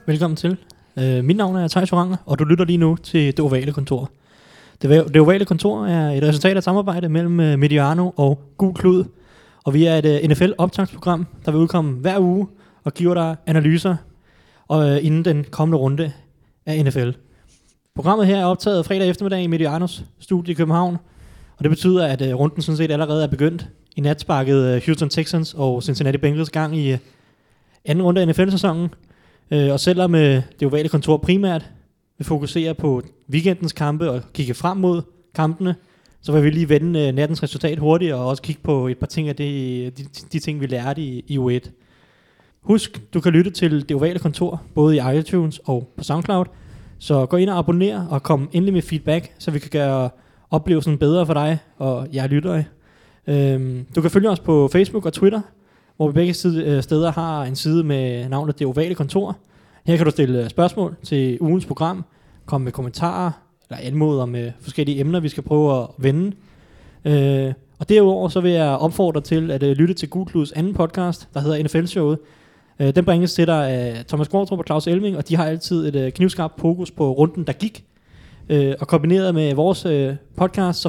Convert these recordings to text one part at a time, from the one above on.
Velkommen til. Mit navn er Theis Joranger, og du lytter lige nu til Det Ovale Kontor. Det Ovale Kontor er et resultat af et samarbejde mellem Mediano og Gul Klud, og vi er et NFL-optagsprogram, der vil udkomme hver uge og giver dig analyser inden den kommende runde af NFL. Programmet her er optaget fredag eftermiddag i Medianos studie i København, og det betyder, at runden sådan set allerede er begyndt. I nat sparkede Houston Texans og Cincinnati Bengals gang i anden runde af NFL-sæsonen. Og selvom Det Ovale Kontor primært vil fokusere på weekendens kampe og kigge frem mod kampene, så vil vi lige vende nattens resultat hurtigt og også kigge på et par ting af de ting, vi lærte i U1. Husk, du kan lytte til Det Ovale Kontor både i iTunes og på SoundCloud, så gå ind og abonner og kom endelig med feedback, så vi kan gøre oplevelsen bedre for dig og jer lyttere. Du kan følge os på Facebook og Twitter, hvor vi begge steder har en side med navnet Det Ovale Kontor. Her kan du stille spørgsmål til ugens program, komme med kommentarer eller anmoder med forskellige emner, vi skal prøve at vende. Og derudover så vil jeg opfordre til at lytte til Gul Kluds anden podcast, der hedder NFL-showet. Den bringes til dig af Thomas Gårdrup og Claus Elming, og de har altid et knivskarpt fokus på runden, der gik. Og kombineret med vores podcast,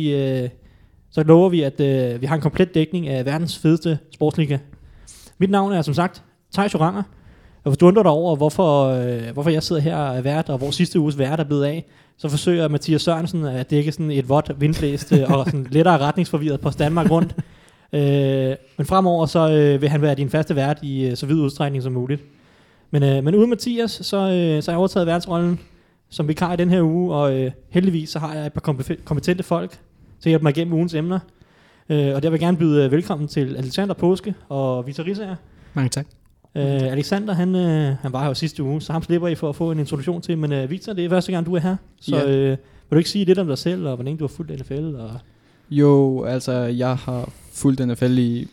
så lover vi, at vi har en komplet dækning af verdens fedeste sportsliga. Mit navn er som sagt Theis Joranger, og hvis du undrer dig over, hvorfor jeg sidder her og er vært, og hvor sidste uges vært er blevet af, så forsøger Mathias Sørensen at dække sådan et vådt, vindblæst og sådan lettere retningsforvirret på Danmark rundt. Men fremover så vil han være din faste vært i så vid udstrækning som muligt. Men uden Mathias, så har jeg overtaget værtsrollen som vikar i den her uge, og heldigvis så har jeg et par kompetente folk til at hjælpe mig igennem ugens emner. Og der vil jeg gerne byde velkommen til Alexander Påske og Victor Risager. Mange tak. Alexander, han var her jo sidste uge, så ham slipper I for at få en introduktion til, men Victor, det er første gang, du er her. Så vil du ikke sige lidt om dig selv, og hvordan du har fulgt NFL? Og Jo, altså jeg har fulgt NFL i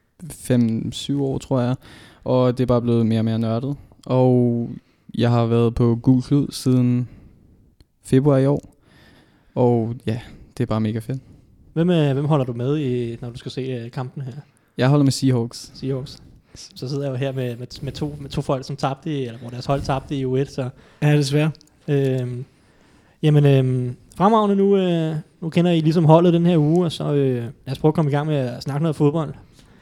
5-7 år, tror jeg, og det er bare blevet mere og mere nørdet. Og jeg har været på Gul Klud siden februar i år, og ja, det er bare mega fedt. Hvem holder du med, når du skal se kampen her? Jeg holder med Seahawks. Så sidder jeg jo her med to folk, som tabte, eller hvor deres hold tabte i U1. Så. Ja, desværre. Fremragende nu kender I ligesom holdet den her uge, og så lad os prøve at komme i gang med at snakke noget fodbold.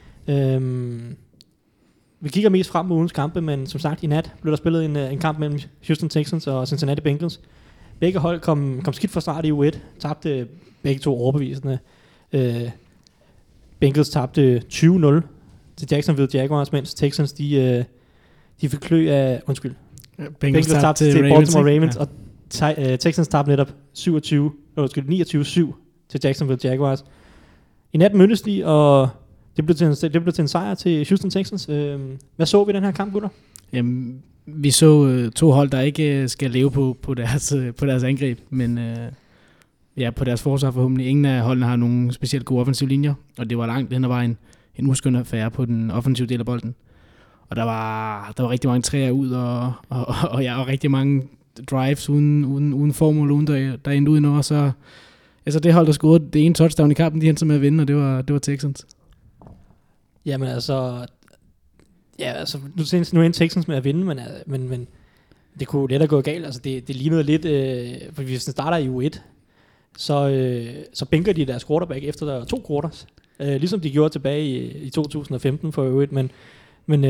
Vi kigger mest frem på ugens kampe, men som sagt i nat blev der spillet en kamp mellem Houston Texans og Cincinnati Bengals. Begge hold kom skidt fra start i U1, tabte begge to overbevisende. Bengals tabte 20-0 til Jacksonville Jaguars, mens Texans de fik klø af, Bengals tabte til Baltimore Ravens, og Texans tabte netop 29-7 til Jacksonville Jaguars. I nat mødtes de, og det blev til en sejr til Houston Texans. Hvad så vi i den her kamp, gutter? Jamen, vi så to hold, der ikke skal leve på deres angreb, men på deres forsvar forhåbentlig. Ingen af holdene har nogen specielt gode offensive linjer, og det var langt hen ad vejen en uskøn affære på den offensive del af bolden. Og der var rigtig mange træer ud, og rigtig mange drives uden formål, uden der endte ud i noget. Så altså det hold, der scorede det ene touchdown i kampen, de endte med at vinde, og det var Texans. Jamen altså nu endte Texans med at vinde, men det kunne let have gået galt. Altså det lignede lidt, for hvis den starter i U1, så bænker de deres quarterback efter der 2 quarters. Ligesom de gjorde tilbage i 2015 for øvrigt, men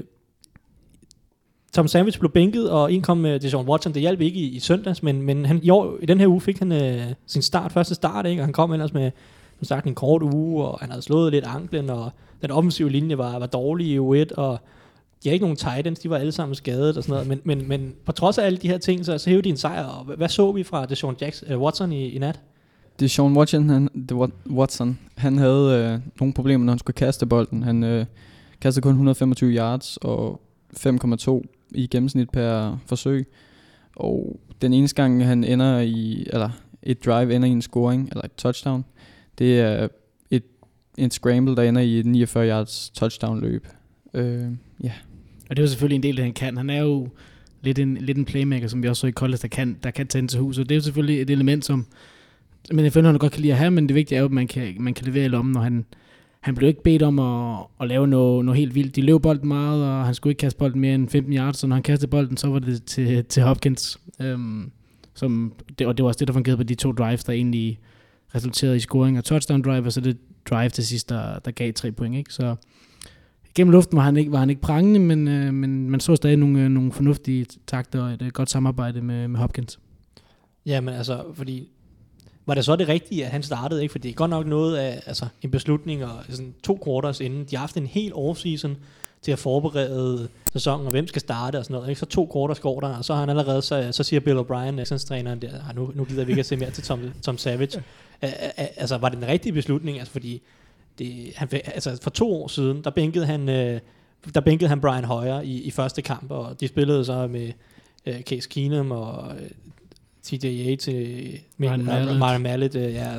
Tom Savage blev bænket, og en kom med Deshaun Watson. Det hjalp ikke i søndags, men han, i den her uge fik han sin første start, ikke? Og han kom ellers med som sagt en kort uge, og han havde slået lidt anklen, og den offensive linje var dårlig i U1, og de har ikke nogen tight ends, de var alle sammen skadet og sådan noget, men på trods af alle de her ting, så hævde de en sejr. Og hvad så vi fra Deshaun Watson i nat? Deshaun Watson, han havde nogle problemer, når han skulle kaste bolden. Han kastede kun 125 yards og 5,2 i gennemsnit per forsøg. Og den eneste gang, han ender et drive ender i en scoring, eller et touchdown, det er en scramble, der ender i et 49 yards touchdown løb. Og det er jo selvfølgelig en del, det han kan. Han er jo lidt en playmaker, som vi også så i college, der kan tænde til huset. Det er jo selvfølgelig et element, som men jeg føler, han godt kan lide at have, men det vigtige er jo, at man kan levere i lommen, når han blev ikke bedt om at lave noget helt vildt. De løb bolden meget, og han skulle ikke kaste bolden mere end 15 yards, så når han kastede bolden, så var det til Hopkins. Og det var også det, der fungerede på de 2 drives, der egentlig resulterede i scoring og touchdown drive, og så det drive til sidst, der gav 3 point. Ikke? Så gennem luften var han ikke prangende, men man så stadig nogle fornuftige takter og et godt samarbejde med Hopkins. Ja, men altså, fordi var det så det rigtige, at han startede, ikke? For det er godt nok noget af en beslutning, og sådan 2 quarters inden. De har haft en hel offseason til at forberede sæsonen, og hvem skal starte og sådan noget. Ikke? Så 2 quarters går der, og så har han allerede, så siger Bill O'Brien, Texans-træneren der, nu gider vi ikke at se mere til Tom Savage. Altså, var det den rigtige beslutning? Altså, fordi for 2 år siden, der bænkede han Brian Hoyer i første kamp, og de spillede så med Case Keenum og TJ Yates, Marlon Mallet,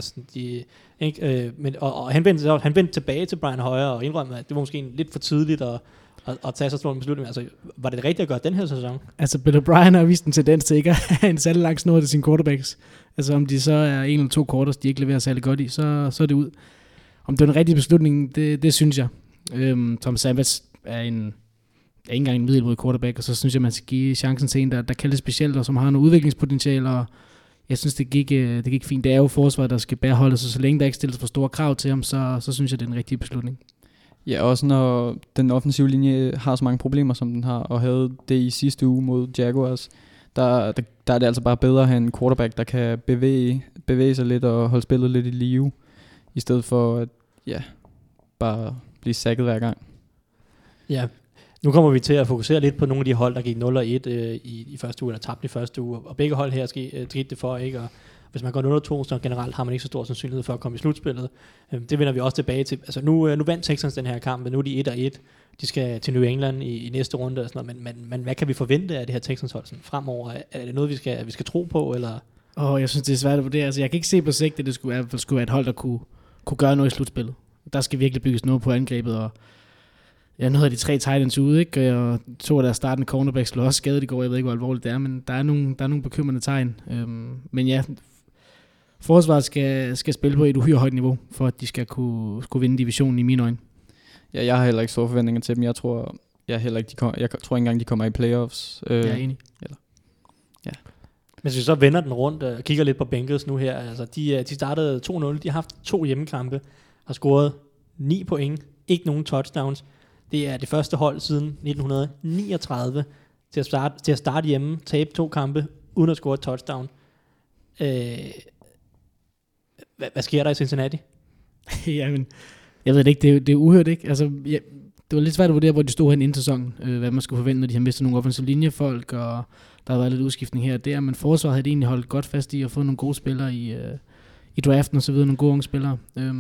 og han vendte tilbage til Brian Hoyer og indrømmede, at det var måske lidt for tidligt at tage så stor en beslutning. Altså, var det rigtigt at gøre den her sæson? Altså, Bill O'Brien har vist en tendens til ikke at have en særlig lang snor til sine quarterbacks. Altså, om de så er 1 eller 2 quarters, de ikke leverer særlig godt i, så er det ud. Om det er en rigtig beslutning, det synes jeg. Tom Savage er ikke engang en middelmådig quarterback, og så synes jeg, man skal give chancen til en, der kan det specielt, og som har noget udviklingspotentiale, og jeg synes, det gik fint. Det er jo forsvaret, der skal bære holdet, så længe der ikke stilles for store krav til ham, så synes jeg, det er en rigtig beslutning. Ja, også når den offensive linje har så mange problemer, som den har, og havde det i sidste uge mod Jaguars, der er det altså bare bedre at have en quarterback, der kan bevæge sig lidt og holde spillet lidt i live, i stedet for at bare blive sacket hver gang. Ja, nu kommer vi til at fokusere lidt på nogle af de hold, der gik 0-1 i første uge, eller tabte i første uge, og begge hold her skete det for, ikke? Og hvis man går 0-2, så generelt har man ikke så stor sandsynlighed for at komme i slutspillet. Det vender vi også tilbage til. Altså nu vandt Texans den her kamp, men nu er de 1-1. De skal til New England i næste runde og sådan noget, men hvad kan vi forvente af det her Texans-hold fremover? Er det noget, vi skal tro på, eller? Jeg synes, det er svært at vurdere. Altså, jeg kan ikke se på sigt, at det skulle være et hold, der kunne gøre noget i slutspillet. Der skal virkelig bygges noget på angrebet, og nu havde de 3 Titans ude, ikke? Og 2 af deres startende cornerbacks blev også skadet i går. Jeg ved ikke, hvor alvorligt det er, men der er nogle bekymrende tegn. Men ja, forsvaret skal spille på et uhyre højt niveau, for at de skal kunne vinde divisionen i mine øjne. Ja, jeg har heller ikke store forventninger til dem. Jeg tror ikke engang, de kommer i playoffs. Jeg er enig. Ja. Hvis vi så vender den rundt og kigger lidt på Bengals nu her, altså de startede 2-0, de har haft 2 hjemmekampe, har scoret 9 point, ikke nogen touchdowns. Det er det første hold siden 1939 til at starte hjemme, tabe 2 kampe, uden at score et touchdown. Hvad sker der i Cincinnati? Jamen, jeg ved det ikke, det er uhørt, ikke? Altså, det var lidt svært at vurdere, hvor de stod hen inden sæsonen, hvad man skulle forvente, når de har mistet nogle offensive linjefolk, og der har været lidt udskiftning her og der, men forsvaret havde egentlig holdt godt fast i at få nogle gode spillere i draften og så videre, nogle gode unge spillere.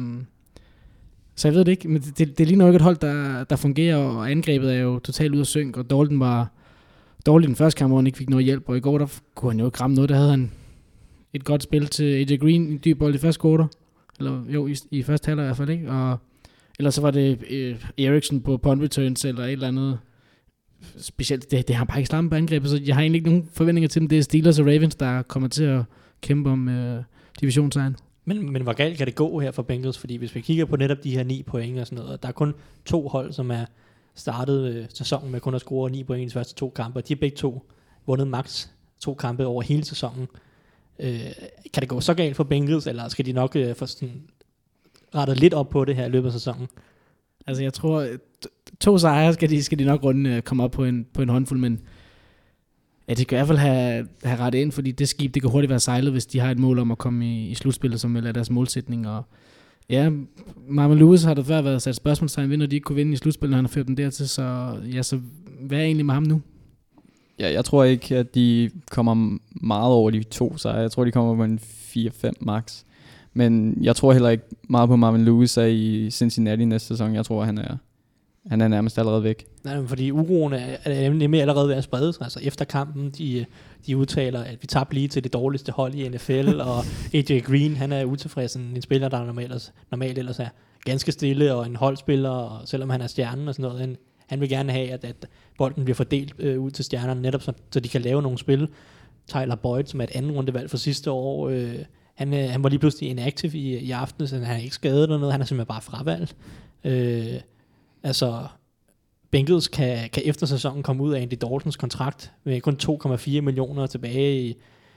Så jeg ved det ikke, men det ligner jo ikke et hold, der fungerer, og angrebet er jo totalt ud af synk, og Dalton var dårlig den første kamp, hvor han ikke fik noget hjælp, og i går der kunne han jo ikke ramme noget, der havde han et godt spil til AJ Green, en dyb bold i første quarter, eller jo, i første halvleg i hvert fald, ikke? Og ellers så var det Eriksson på punt returns, eller et eller andet specielt. Det har bare ikke slammet på angrebet, så jeg har egentlig ikke nogen forventninger til dem. Det er Steelers og Ravens, der kommer til at kæmpe om divisionssejren. Men hvor galt kan det gå her for Bengals? Fordi hvis vi kigger på netop de her 9 point og sådan noget, der er kun 2 hold, som er startet sæsonen med kun at score 9 point i de første 2 kampe, og de har begge 2 vundet max 2 kampe over hele sæsonen. Kan det gå så galt for Bengals, eller skal de nok få sådan rettet lidt op på det her i løbet af sæsonen? Altså jeg tror, 2 sejre skal de nok runde komme op på en håndfuld, men ja, de kan i hvert fald have rettet ind, fordi det skib, det kan hurtigt være sejlet, hvis de har et mål om at komme i slutspillet, som vel er deres målsætning. Og ja, Marvin Lewis har der før været sat spørgsmålstegn ved, når de ikke kunne vinde i slutspillet, når han har ført dem dertil, så hvad er egentlig med ham nu? Ja, jeg tror ikke, at de kommer meget over de 2 sejre. Jeg tror, de kommer på en 4-5 max. Men jeg tror heller ikke meget på Marvin Lewis er i Cincinnati næste sæson. Jeg tror, han er nærmest allerede væk. Nej, fordi uroen er nemlig allerede ved at sprede sig. Altså efter kampen, de udtaler, at vi tabte lige til det dårligste hold i NFL, og AJ Green, han er utilfreds, en spiller, der normalt ellers er ganske stille, og en holdspiller, og selvom han er stjernen og sådan noget, han vil gerne have, at bolden bliver fordelt ud til stjernerne, netop så de kan lave nogle spil. Tyler Boyd, som er et andet rundevalg fra sidste år, han var lige pludselig inactive i aften, så han er ikke skadet eller noget, han er simpelthen bare fravalgt. Altså, Bengals kan efter sæsonen komme ud af Andy Daltons kontrakt med kun 2,4 millioner tilbage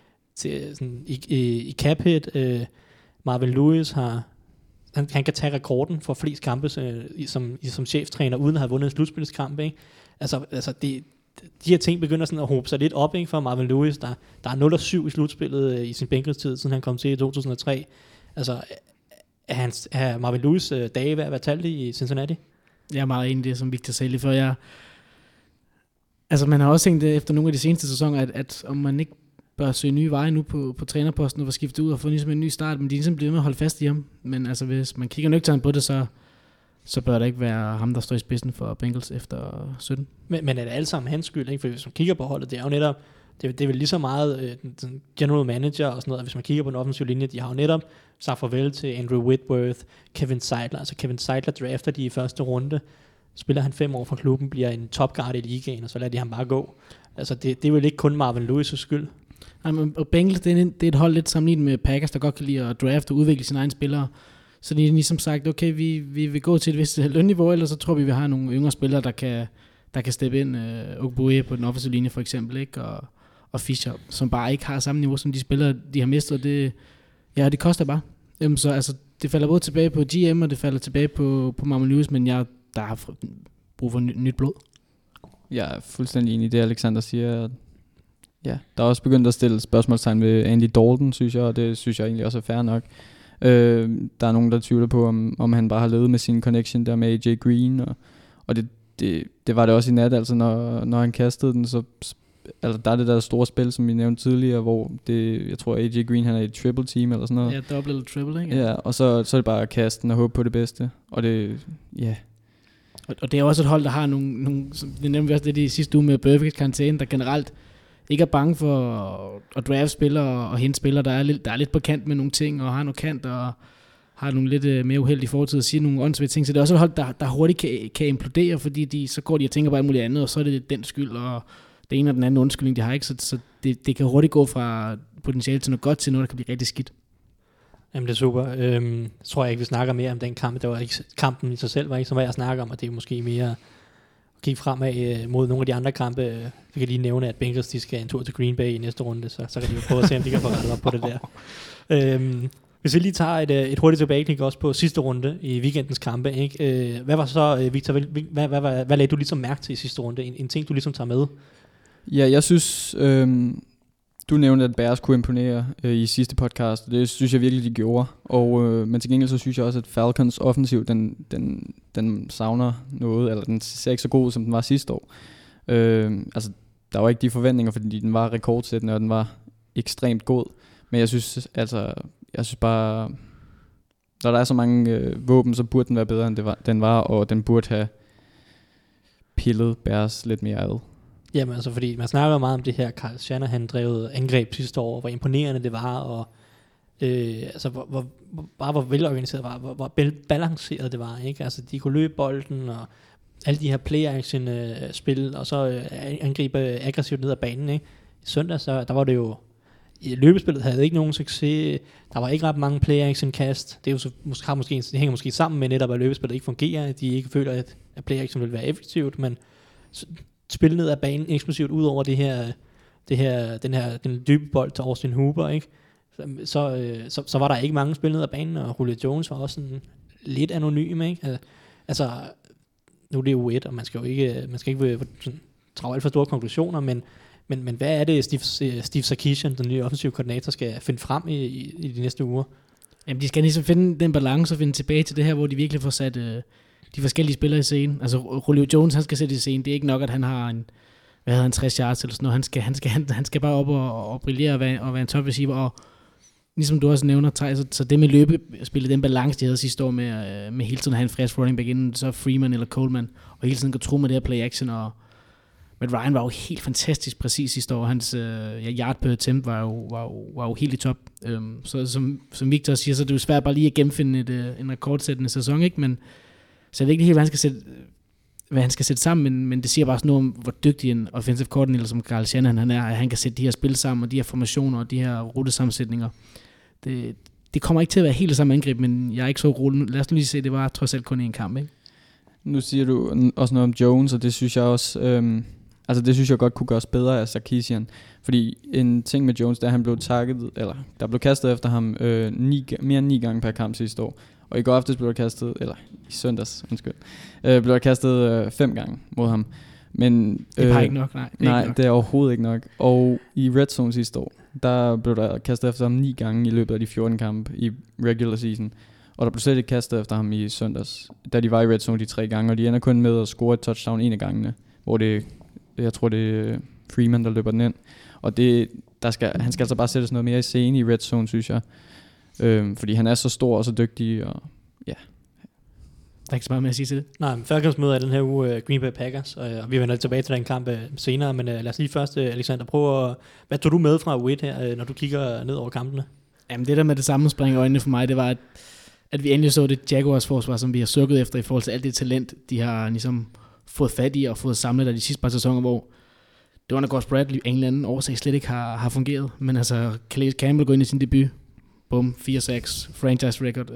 i cap hit. Marvin Lewis han kan tage rekorden for flest kampe som cheftræner, uden at have vundet en slutspilskamp, ikke? Altså de her ting begynder sådan at hobe sig lidt op, ikke, for Marvin Lewis, der er 0-7 i slutspillet i sin Bengals-tid, siden han kom til i 2003. Altså, er Marvin Lewis dage ved at være talt i Cincinnati? Jeg er meget enig i det, som Victor sagde lige før. Altså, man har også tænkt efter nogle af de seneste sæsoner, at om man ikke bør søge nye veje nu på trænerposten og få skiftet ud og få ligesom en ny start, men de er ligesom blevet med at holde fast i ham. Men altså, hvis man kigger nøgternt på det, så bør det ikke være ham, der står i spidsen for Bengals efter 17. Men er det alle sammen hans skyld, ikke? For hvis man kigger på holdet, det er jo netop, det er vel lige så meget den general manager og sådan noget, hvis man kigger på den offensive linje, de har jo netop sagt farvel til Andrew Whitworth, Kevin Seidler. Altså Kevin Seidler drafter de i første runde, spiller han 5 år for klubben, bliver en topguard i ligaen, og så lader de ham bare gå. Altså det er vel ikke kun Marvin Lewis' skyld. Og Bengals, det er et hold lidt sammenlignet med Packers, der godt kan lide at drafte og udvikle sine egne spillere. Så de har ligesom sagt, okay, vi vil gå til et vist lønniveau, eller så tror vi har nogle yngre spillere, der kan steppe ind. Ogbuie på den offensive linje for eksempel, ikke? Og Fischer, som bare ikke har samme niveau som de spillere, de har mistet. Det koster bare. Så altså, det falder både tilbage på GM, og det falder tilbage på Marvin Lewis, men der har brug for nyt blod. Jeg er fuldstændig enig i det, Alexander siger. Ja, der er også begyndt at stille spørgsmålstegn ved Andy Dalton, synes jeg, og det synes jeg egentlig også er fair nok. Der er nogen, der tvivler på, om han bare har levet med sin connection der med AJ Green, og det var det også i nat, altså når han kastede den, så altså, der er det der store spil, som vi nævnte tidligere, hvor jeg tror AJ Green han er i triple team eller sådan noget. Ja, double eller triple, ikke? Ja, og så er det bare at kaste den og håbe på det bedste, og det, ja. Og det er også et hold, der har nogle det nævnte vi også det i sidste uge med Perfect Karantæne, der generelt ikke er bange for at draft spillere og hente spillere, der er lidt på kant med nogle ting, og har noget kant, og har nogle lidt mere uheldige fortid at sige nogle åndssvage ting. Så det er også et hold, der hurtigt kan implodere, fordi så går de og tænker på alt muligt andet, og så er det den skyld, og det ene og den anden undskyldning, de har ikke. Så det kan hurtigt gå fra potentiale til noget godt til noget, der kan blive rigtig skidt. Jamen det er super. Tror jeg ikke, vi snakker mere om den kamp. Det var ikke, kampen i sig selv var ikke så meget, jeg snakker om, og det er måske mere at kigge fremad mod nogle af de andre kampe. Vi kan lige nævne, at Bengals de skal en tur til Green Bay i næste runde, så kan de jo prøve at se, om de kan få rettet op på det der. Hvis vi lige tager et hurtigt tilbageklik også på sidste runde i weekendens kampe, ikke? Hvad var så, Victor, hvad lagde du ligesom mærke til i sidste runde? En ting, du ligesom tager med? Ja, jeg synes, du nævnte, at Bears kunne imponere i sidste podcast, og det synes jeg virkelig, de gjorde. Men til gengæld så synes jeg også, at Falcons offensiv, den savner noget, eller den ser ikke så god, som den var sidste år. Altså, der var ikke de forventninger, fordi den var rekordsættende, og den var ekstremt god. Men jeg synes bare, når der er så mange våben, så burde den være bedre, end den var, og den burde have pillet Bears lidt mere ad. Jamen altså, fordi man snakker meget om det her Kyle Shanahan drevet angreb sidste år, hvor imponerende det var, og altså hvor velorganiseret det var, hvor balanceret det var, ikke? Altså de kunne løbe bolden, og alle de her play-action spil, og så angribe aggressivt ned ad banen, ikke? I søndag, så der var det jo, i løbespillet havde ikke nogen succes, der var ikke ret mange play-action kast, det er jo så, det hænger måske sammen med netop, at løbespillet ikke fungerer, at de ikke føler, at play-action vil være effektivt, men spille ned ad banen eksplosivt ud over den dybe bold til Austin Hooper, ikke? Så var der ikke mange spil ned ad banen, og Julio Jones var også sådan lidt anonym, ikke? Altså nu er det jo et, og man skal ikke drage alt for store konklusioner, men hvad er det Steve Sarkisian, den nye offensive koordinator, skal finde frem i de næste uger? Jamen de skal ligesom finde den balance og finde tilbage til det her, hvor de virkelig får sat de forskellige spillere i scenen. Altså Julio Jones, han skal sætte i scenen. Det er ikke nok, at han har en 60 yards eller sådan noget. Han skal bare op og brillere og være en top receiver. Og ligesom du også nævner, så det med løbespillet, den balance, de havde sidste år med hele tiden at have en frisk running back inden, så Freeman eller Coleman, og hele tiden gå tro med det her play action. Og Matt Ryan var jo helt fantastisk præcis sidste år. Hans yard per attempt var jo helt i top. Så som Victor siger, så er det jo svært bare lige at genfinde en rekordsættende sæson, ikke? Men så jeg ved ikke helt, hvad han skal sætte sammen, men det siger bare sådan noget om, hvor dygtig en offensive coordinator som Kyle Shanahan han er, at han kan sætte de her spil sammen, og de her formationer, og de her rutesammensætninger. Det det kommer ikke til at være helt det samme angreb, men jeg er ikke så rolig. Lad os nu lige se, det var trods alt kun en kamp, ikke? Nu siger du også noget om Jones, og det synes jeg også, altså det synes jeg godt kunne gøres bedre af Sarkisian. Fordi en ting med Jones, der han blev takket, eller der blev kastet efter ham mere end 9 gange per kamp sidste år. Og i går aftes blev der kastet, eller i søndags, blev der kastet 5 gange mod ham. Men det er bare ikke nok, nej, det er overhovedet ikke nok. Og i Red Zone sidste år, der blev der kastet efter ham 9 gange i løbet af de 14 kampe i regular season. Og der blev slet ikke kastet efter ham i søndags, da de var i Red Zone de 3 gange, og de ender kun med at score et touchdown en af gangene, hvor jeg tror det er Freeman, der løber den ind. Og han skal altså bare sættes noget mere i scene i Red Zone, synes jeg. Fordi han er så stor og så dygtig, og ja. Der er ikke så meget med at sige til det. Nej, men Falcons møder den her uge Green Bay Packers, og vi vender tilbage til den kamp senere, men lad os lige først, Alexander, prøve hvad tog du med fra U1 her, når du kigger ned over kampene? Jamen det der med det samme springer øjnene for mig, det var, at vi endelig så det Jaguars forsvar, som vi har sukket efter i forhold til alt det talent, de har ligesom fået fat i og fået samlet af de sidste par sæsoner, hvor det var når Gus Bradley af en eller anden årsag slet ikke har fungeret. Men altså, Calais Campbell går ind i sin debut. Bum, 4-6, franchise record.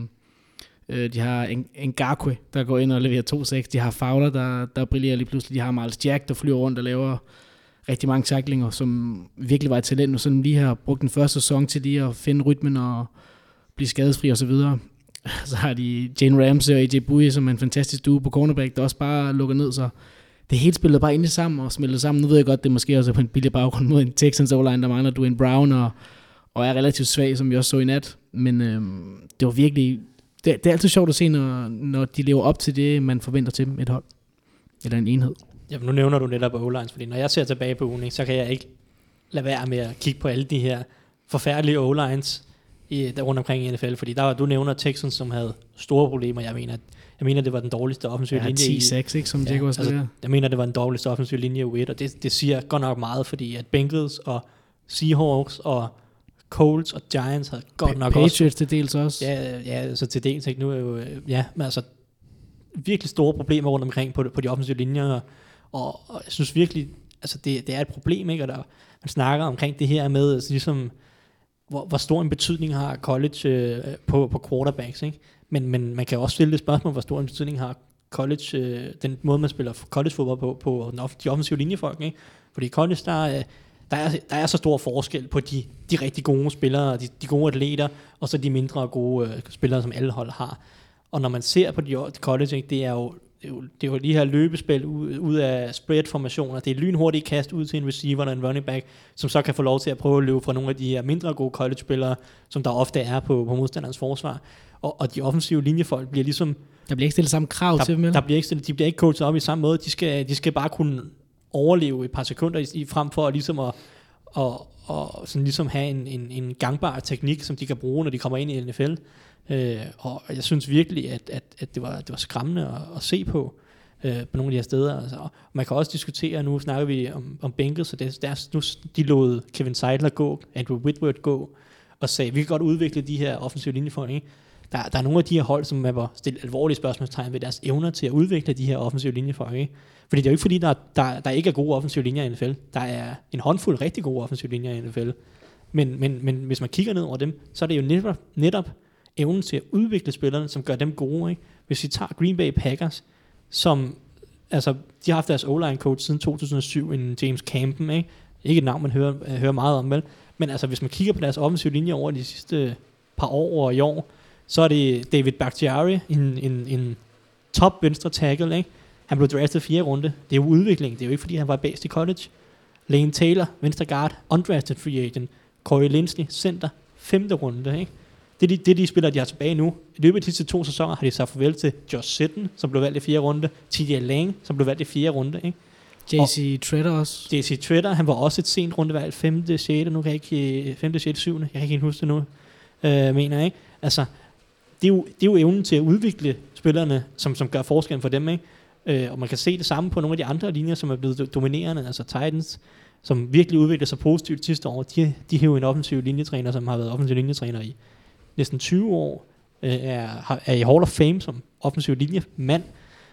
De har Ngakwe, der går ind og leverer 2-6. De har Fowler, der brillerer lige pludselig. De har Miles Jack, der flyver rundt og laver rigtig mange tacklinger, som virkelig var et talent, og sådan lige har brugt den første sæson til lige at finde rytmen og blive skadesfri og så videre. Så har de Jane Ramsey og AJ Bouye, som er en fantastisk duo på cornerback, der også bare lukker ned, så det hele spillet bare ind sammen og smelter sammen. Nu ved jeg godt, det måske også er på en billig baggrund mod en Texans O-line, der mangler Dwayne Brown og er relativt svag, som vi også så i nat. Men det var virkelig... Det er altid sjovt at se, når de lever op til det, man forventer til dem, et hold eller en enhed. Jamen, nu nævner du netop O-lines, fordi når jeg ser tilbage på ugen, så kan jeg ikke lade være med at kigge på alle de her forfærdelige O-lines der rundt omkring i NFL, fordi du nævner Texans, som havde store problemer. Jeg mener, det var den dårligste offensive linje. 10-6, ikke, som Jaguars altså, jeg mener, det var den dårligste offensive linje i U1, og det siger godt nok meget, fordi at Bengals og Seahawks og Colts og Giants havde godt nok Patriots også. Til dels også. Ja, så til dels, ikke? Nu er jo, men altså virkelig store problemer rundt omkring på de offensive linjer, og jeg synes virkelig, altså det er et problem, ikke? Og man snakker omkring det her med, altså ligesom, hvor stor en betydning har college på quarterbacks, ikke? Men man kan også stille det spørgsmål, hvor stor en betydning har college, den måde man spiller college-fodbold på de offensive linjefolk, ikke? Fordi college, der er så stor forskel på de rigtig gode spillere, de gode atleter, og så de mindre gode spillere, som alle hold har. Og når man ser på de college, ikke, det er jo de her løbespil ud af spread-formationer. Det er lynhurtigt kast ud til en receiver eller en running back, som så kan få lov til at prøve at løbe fra nogle af de her mindre gode college-spillere, som der ofte er på modstanderens forsvar. Og de offensive linjefolk bliver ligesom... Der bliver ikke stillet samme krav til dem, de bliver ikke coachet op i samme måde. De skal bare kunne overleve et par sekunder frem for at ligesom og sådan ligesom have en gangbar teknik, som de kan bruge, når de kommer ind i NFL. Og jeg synes virkelig, at det var skræmmende at se på nogle af de her steder. Altså. Og man kan også diskutere, nu snakker vi om Bengals, så nu de lod Kevin Seidler gå, Andrew Whitworth gå, og sagde, vi kan godt udvikle de her offensive linjefolk, ikke? Der er nogle af de her hold, som man må stille alvorlige spørgsmålstegn ved deres evner til at udvikle de her offensive linjefolk, ikke? Fordi det er jo ikke fordi, der ikke er gode offensive linjer i NFL. Der er en håndfuld rigtig gode offensive linjer i NFL. Men hvis man kigger ned over dem, så er det jo netop evnen til at udvikle spillerne, som gør dem gode, ikke? Hvis vi tager Green Bay Packers, som, altså, de har haft deres O-line coach siden 2007, en James Campen, ikke? Ikke et navn, man hører meget om, vel? Men altså, hvis man kigger på deres offensive linjer over de sidste par år og i år, så er det David Bakhtiari, en top venstre tackle, ikke? Han blev draftet 4. runde. Det er jo udvikling. Det er jo ikke, fordi han var bedst i college. Lane Taylor, venstre guard, undrafted free agent. Corey Linsley, center, 5. runde, ikke? Det er de spillere, de har tilbage nu. I løbet af de sidste 2 sæsoner har de sagt farvel til Josh Sitton, som blev valgt i 4. runde. TJ Lang, som blev valgt i 4. runde, ikke? JC Tretter også. JC Tretter, han var også et sent rundevalg, 5., 6., nu kan jeg ikke, 5., 6., 7., jeg kan ikke huske det nu, mener jeg, ikke? Altså, det er jo evnen til at udvikle spillerne, som gør forskellen for dem, ikke? Og man kan se det samme på nogle af de andre linjer, som er blevet dominerende, altså Titans, som virkelig udviklede sig positivt sidste år. De hæver en offensiv linjetræner, som har været offensiv linjetræner i næsten 20 år, er i Hall of Fame som offensiv linjemand.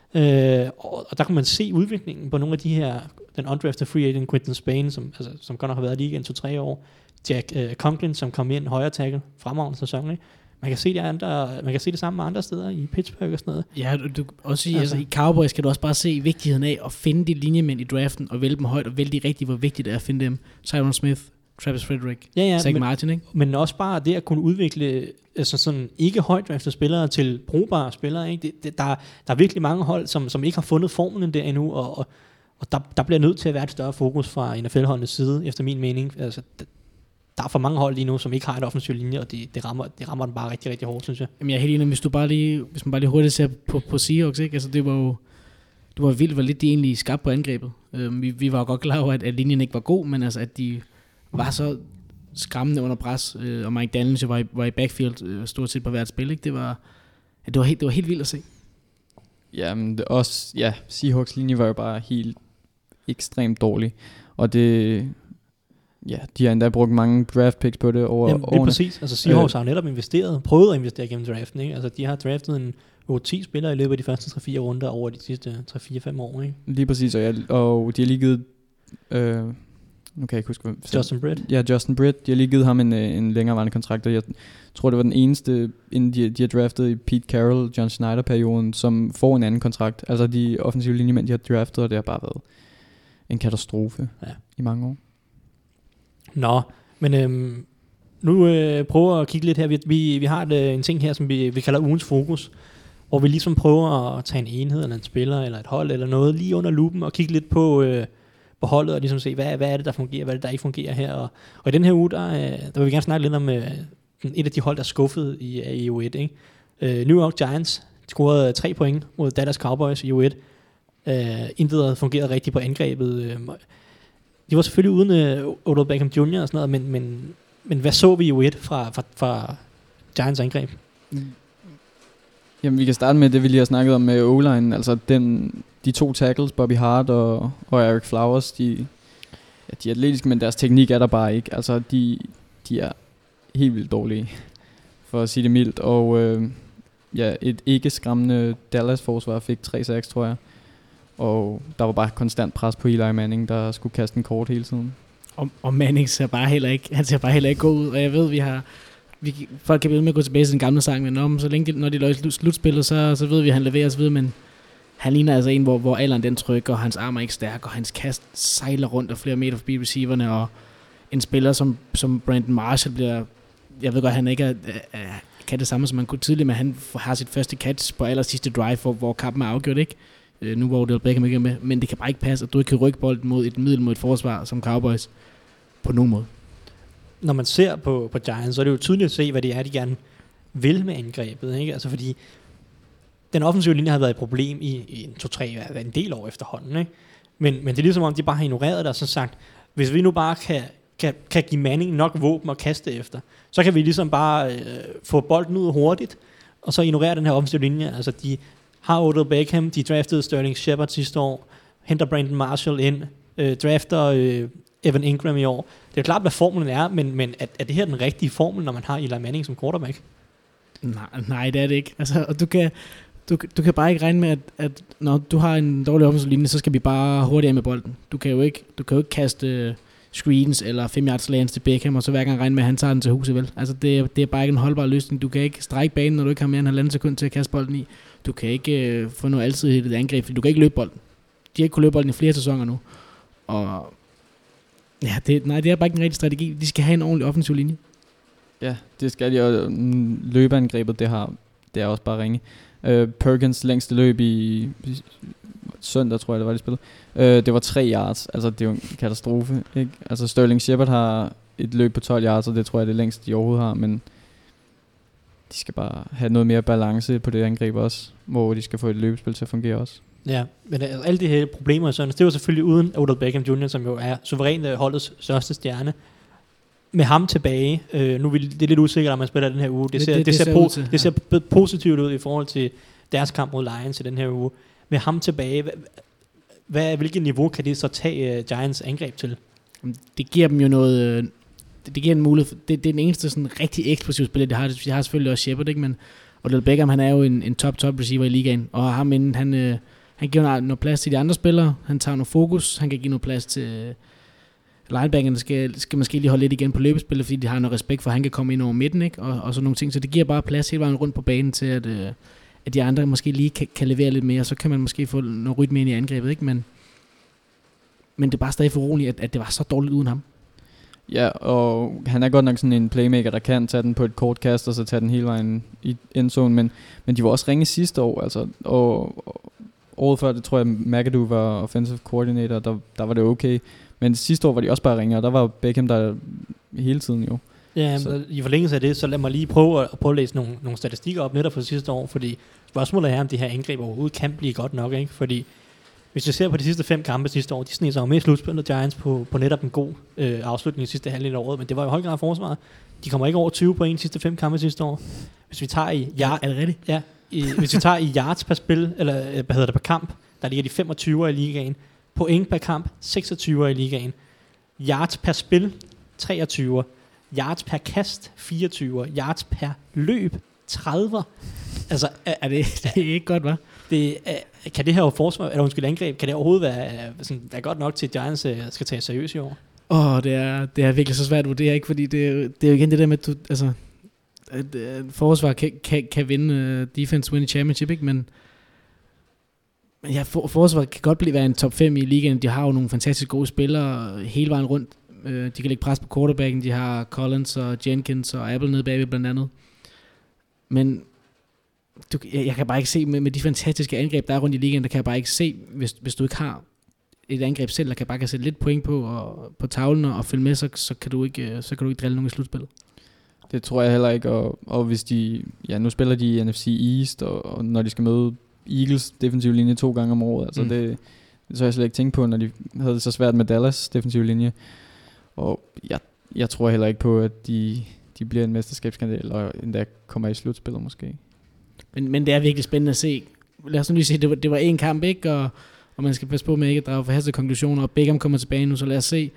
Og der kan man se udviklingen på nogle af de her, den undrafted free agent Quentin Spain, som godt nok har været i ligaen 2-3 år. Jack Conklin, som kom ind højre tackle fremragende sæson, ikke? Man kan se det samme med andre steder i Pittsburgh og sådan noget. Ja, du også altså i Cowboys kan du også bare se vigtigheden af at finde de linjemænd i draften og vælge dem højt og vælge de rigtige, hvor vigtigt det er at finde dem. Tyron Smith, Travis Frederick, Zach Martin, ikke? Men også bare det at kunne udvikle altså sådan ikke højt draftede spillere til brugbare spillere, ikke? Der er virkelig mange hold, som ikke har fundet formlen der endnu, og der bliver nødt til at være et større fokus fra NFL-holdenes side, efter min mening. Altså, der er for mange hold lige nu, som ikke har et offensiv linje, og det rammer den bare rigtig, rigtig hårdt, synes jeg. Jamen jeg er helt enig, hvis man bare lige hurtigt ser på Seahawks, ikke? Altså det var vildt, hvor lidt de egentlig skabte på angrebet. Vi var jo godt klar over, at linjen ikke var god, men altså at de var så skræmmende under pres, og Mike Daniels var i backfield stort set på hvert spil, ikke? Det var helt vildt at se. Ja, men Seahawks linje var jo bare helt ekstremt dårlig, og det... Ja, de har endda brugt mange draft picks på det over årene. Det er præcis. Altså Seahawks har netop prøvet at investere gennem draften, ikke? Altså de har draftet en 8-10 spillere i løbet af de første 3-4 runder over de sidste 3-4-5 år, ikke? Lige præcis, og de har lige givet... nu kan jeg ikke huske... Justin Britt. Ja, Justin Britt. De har lige givet ham en længerevarende kontrakt, og jeg tror, det var den eneste, inden de har draftet i Pete Carroll, John Schneider-perioden, som får en anden kontrakt. Altså de offensive linjemænd, de har draftet, og det har bare været en katastrofe i mange år. Nå, men nu prøver at kigge lidt her. Vi har en ting her, som vi kalder ugens fokus, hvor vi ligesom prøver at tage en enhed, eller en spiller, eller et hold, eller noget lige under lupen, og kigge lidt på holdet, og ligesom se, hvad er det, der fungerer, hvad er det, der ikke fungerer her. Og i den her uge, der vil vi gerne snakke lidt om et af de hold, der er skuffet i U1. Ikke? New York Giants scorede 3 point mod Dallas Cowboys i U1. Intet havde fungeret rigtigt på angrebet. De var selvfølgelig uden Odell Beckham Jr. og sådan noget, men hvad så vi i U1 fra Giants angreb? Jamen, vi kan starte med det, vi lige har snakket om med O-line. Altså de 2 tackles, Bobby Hart og Eric Flowers, de er atletiske, men deres teknik er der bare ikke. Altså, de er helt vildt dårlige, for at sige det mildt. Og et ikke skræmmende Dallas-forsvar fik 3 sacks, tror jeg. Og der var bare konstant pres på Eli Manning, der skulle kaste en kort hele tiden. Og Manning ser bare heller ikke god ud. Og jeg ved, folk kan blive med at gå tilbage til den gamle sang, men så længe når de løber slutspillet, så ved vi, at han leverer os videre, men han ligner altså en, hvor alderen den trykker, og hans arm er ikke stærk, og hans kast sejler rundt og flere meter forbi receiverne, og en spiller som Brandon Marshall bliver, jeg ved godt, han ikke kan det samme, som han kunne tidligere, men han har sit første catch på aller sidste drive, hvor kampen er afgjort, ikke? Nu hvor Odell Beckham ikke er med, men det kan bare ikke passe, at du ikke kan rykke bolden mod et middel mod et forsvar som Cowboys på nogen måde. Når man ser på Giants, så er det jo tydeligt at se, hvad det er, de gerne vil med angrebet, ikke? Altså fordi den offensive linje har været et problem i 2-3, en del år efterhånden, ikke? Men det er ligesom om, de bare har ignoreret det og så sagt, hvis vi nu bare kan give Manning nok våben at kaste efter, så kan vi ligesom bare få bolden ud hurtigt, og så ignorere den her offensive linje. Altså de har Odell Beckham, de draftede Sterling Shepard sidste år, henter Brandon Marshall ind, drafter Evan Ingram i år. Det er jo klart, hvad formlen er, men er det her den rigtige formel, når man har Eli Manning som quarterback? Nej, det er det ikke. Altså, og du kan bare ikke regne med, at når du har en dårlig offensiv linje, så skal vi bare hurtigt med bolden. Du kan jo ikke kaste screens eller 5 yards slants til Beckham, og så hver gang regne med, at han tager den til huset, vel? Altså, det er bare ikke en holdbar løsning. Du kan ikke strække banen, når du ikke har mere end 1,5 sekund til at kaste bolden i. Du kan ikke få noget altid et angreb, for du kan ikke løbe bolden. De har ikke kunnet løbe bolden i flere sæsoner nu. Og ja, det er bare ikke en rigtig strategi. De skal have en ordentlig offensiv linje. Ja, det skal de, og løbeangrebet, det er også bare ringe. Perkins længste løb i søndag, tror jeg, det var, de spillede. Det var 3 yards, altså det er jo en katastrofe, ikke? Altså Sterling Shepard har et løb på 12 yards, og det tror jeg er det længste, de overhovedet har, men de skal bare have noget mere balance på det angreb også, hvor de skal få et løbespil til at fungere også. Ja, men alle de her problemer, så det var selvfølgelig uden Odell Beckham Jr., som jo er suverænt holdets største stjerne. Med ham tilbage, nu er det lidt usikkert, om man spiller den her uge. Det ser positivt ud i forhold til deres kamp mod Lions i den her uge. Med ham tilbage, hvilket niveau kan det så tage Giants angreb til? Det giver dem jo noget. Det giver en mulighed. Det er den eneste sådan rigtig eksplosiv spiller, de har. De har selvfølgelig også Shepard, ikke? Men Odell Beckham, han er jo en top receiver i ligaen, og ham inden han giver noget plads til de andre spillere. Han tager noget fokus. Han kan give noget plads til linebackerne skal måske lige holde lidt igen på løbespillet, fordi de har noget respekt for, at han kan komme ind over midten, ikke? Og sådan nogle ting. Så det giver bare plads hele vejen rundt på banen til, at de andre måske lige kan levere lidt mere, så kan man måske få noget rytme ind i angrebet, ikke? Men det er bare stadig for roligt, at det var så dårligt uden ham. Ja, og han er godt nok sådan en playmaker, der kan tage den på et kort kast, og så tage den hele vejen i endzone, men de var også ringe sidste år, altså, og året før, det tror jeg, McAdoo var offensive coordinator, der var det okay, men sidste år var de også bare ringe, og der var Beckham der hele tiden jo. Ja, i forlængelse af det, så lad mig lige prøve at læse nogle statistikker op netop for sidste år, fordi spørgsmålet er, om det her angreb overhovedet kan blive godt nok, ikke? Fordi hvis vi ser på de sidste 5 kampe sidste år, de sneg sig jo med i slutspillet Giants på netop en god afslutning i sidste halvdel af året, men det var jo i høj grad forsvaret. De kommer ikke over 20 point de sidste 5 kampe sidste år. Hvis vi tager i er det rigtigt? Ja, hvis vi tager i yards per spil, eller per kamp, der ligger de 25 i ligaen. Point per kamp, 26 i ligaen. Yards per spil, 23. Yards per kast, 24. Yards per løb, 30. Altså, er det ikke godt, hva'? Kan det her forsvar, eller undskyld angreb, kan det overhovedet være godt nok til, at Giants skal tage seriøst i år? Det er virkelig så svært at vurdere, ikke? Fordi det er jo igen det der med, at forsvar kan vinde defense win championship, ikke? Men ja, forsvaret kan godt være en top 5 i ligaen. De har jo nogle fantastisk gode spillere hele vejen rundt. De kan lægge pres på quarterbacken. De har Collins og Jenkins og Apple nede bagved blandt andet. Men jeg kan bare ikke se med de fantastiske angreb, der er rundt i ligaen, der kan jeg bare ikke se, hvis du ikke har et angreb selv, der kan bare kan sætte lidt point på tavlen og følge med, så kan du ikke drille nogen i slutspillet. Det tror jeg heller ikke, og hvis nu spiller de i NFC East, og når de skal møde Eagles defensive linje 2 gange om året, altså det så jeg slet ikke tænkt på, når de havde det så svært med Dallas defensive linje, og jeg tror heller ikke på, at de bliver en mesterskabskandidat, og endda kommer i slutspillet måske. Men det er virkelig spændende at se. Lad os nu lige se, det var en kamp, ikke? Og man skal passe på med ikke at drage forhastede konklusioner, og Beckham kommer tilbage nu, så lad os se.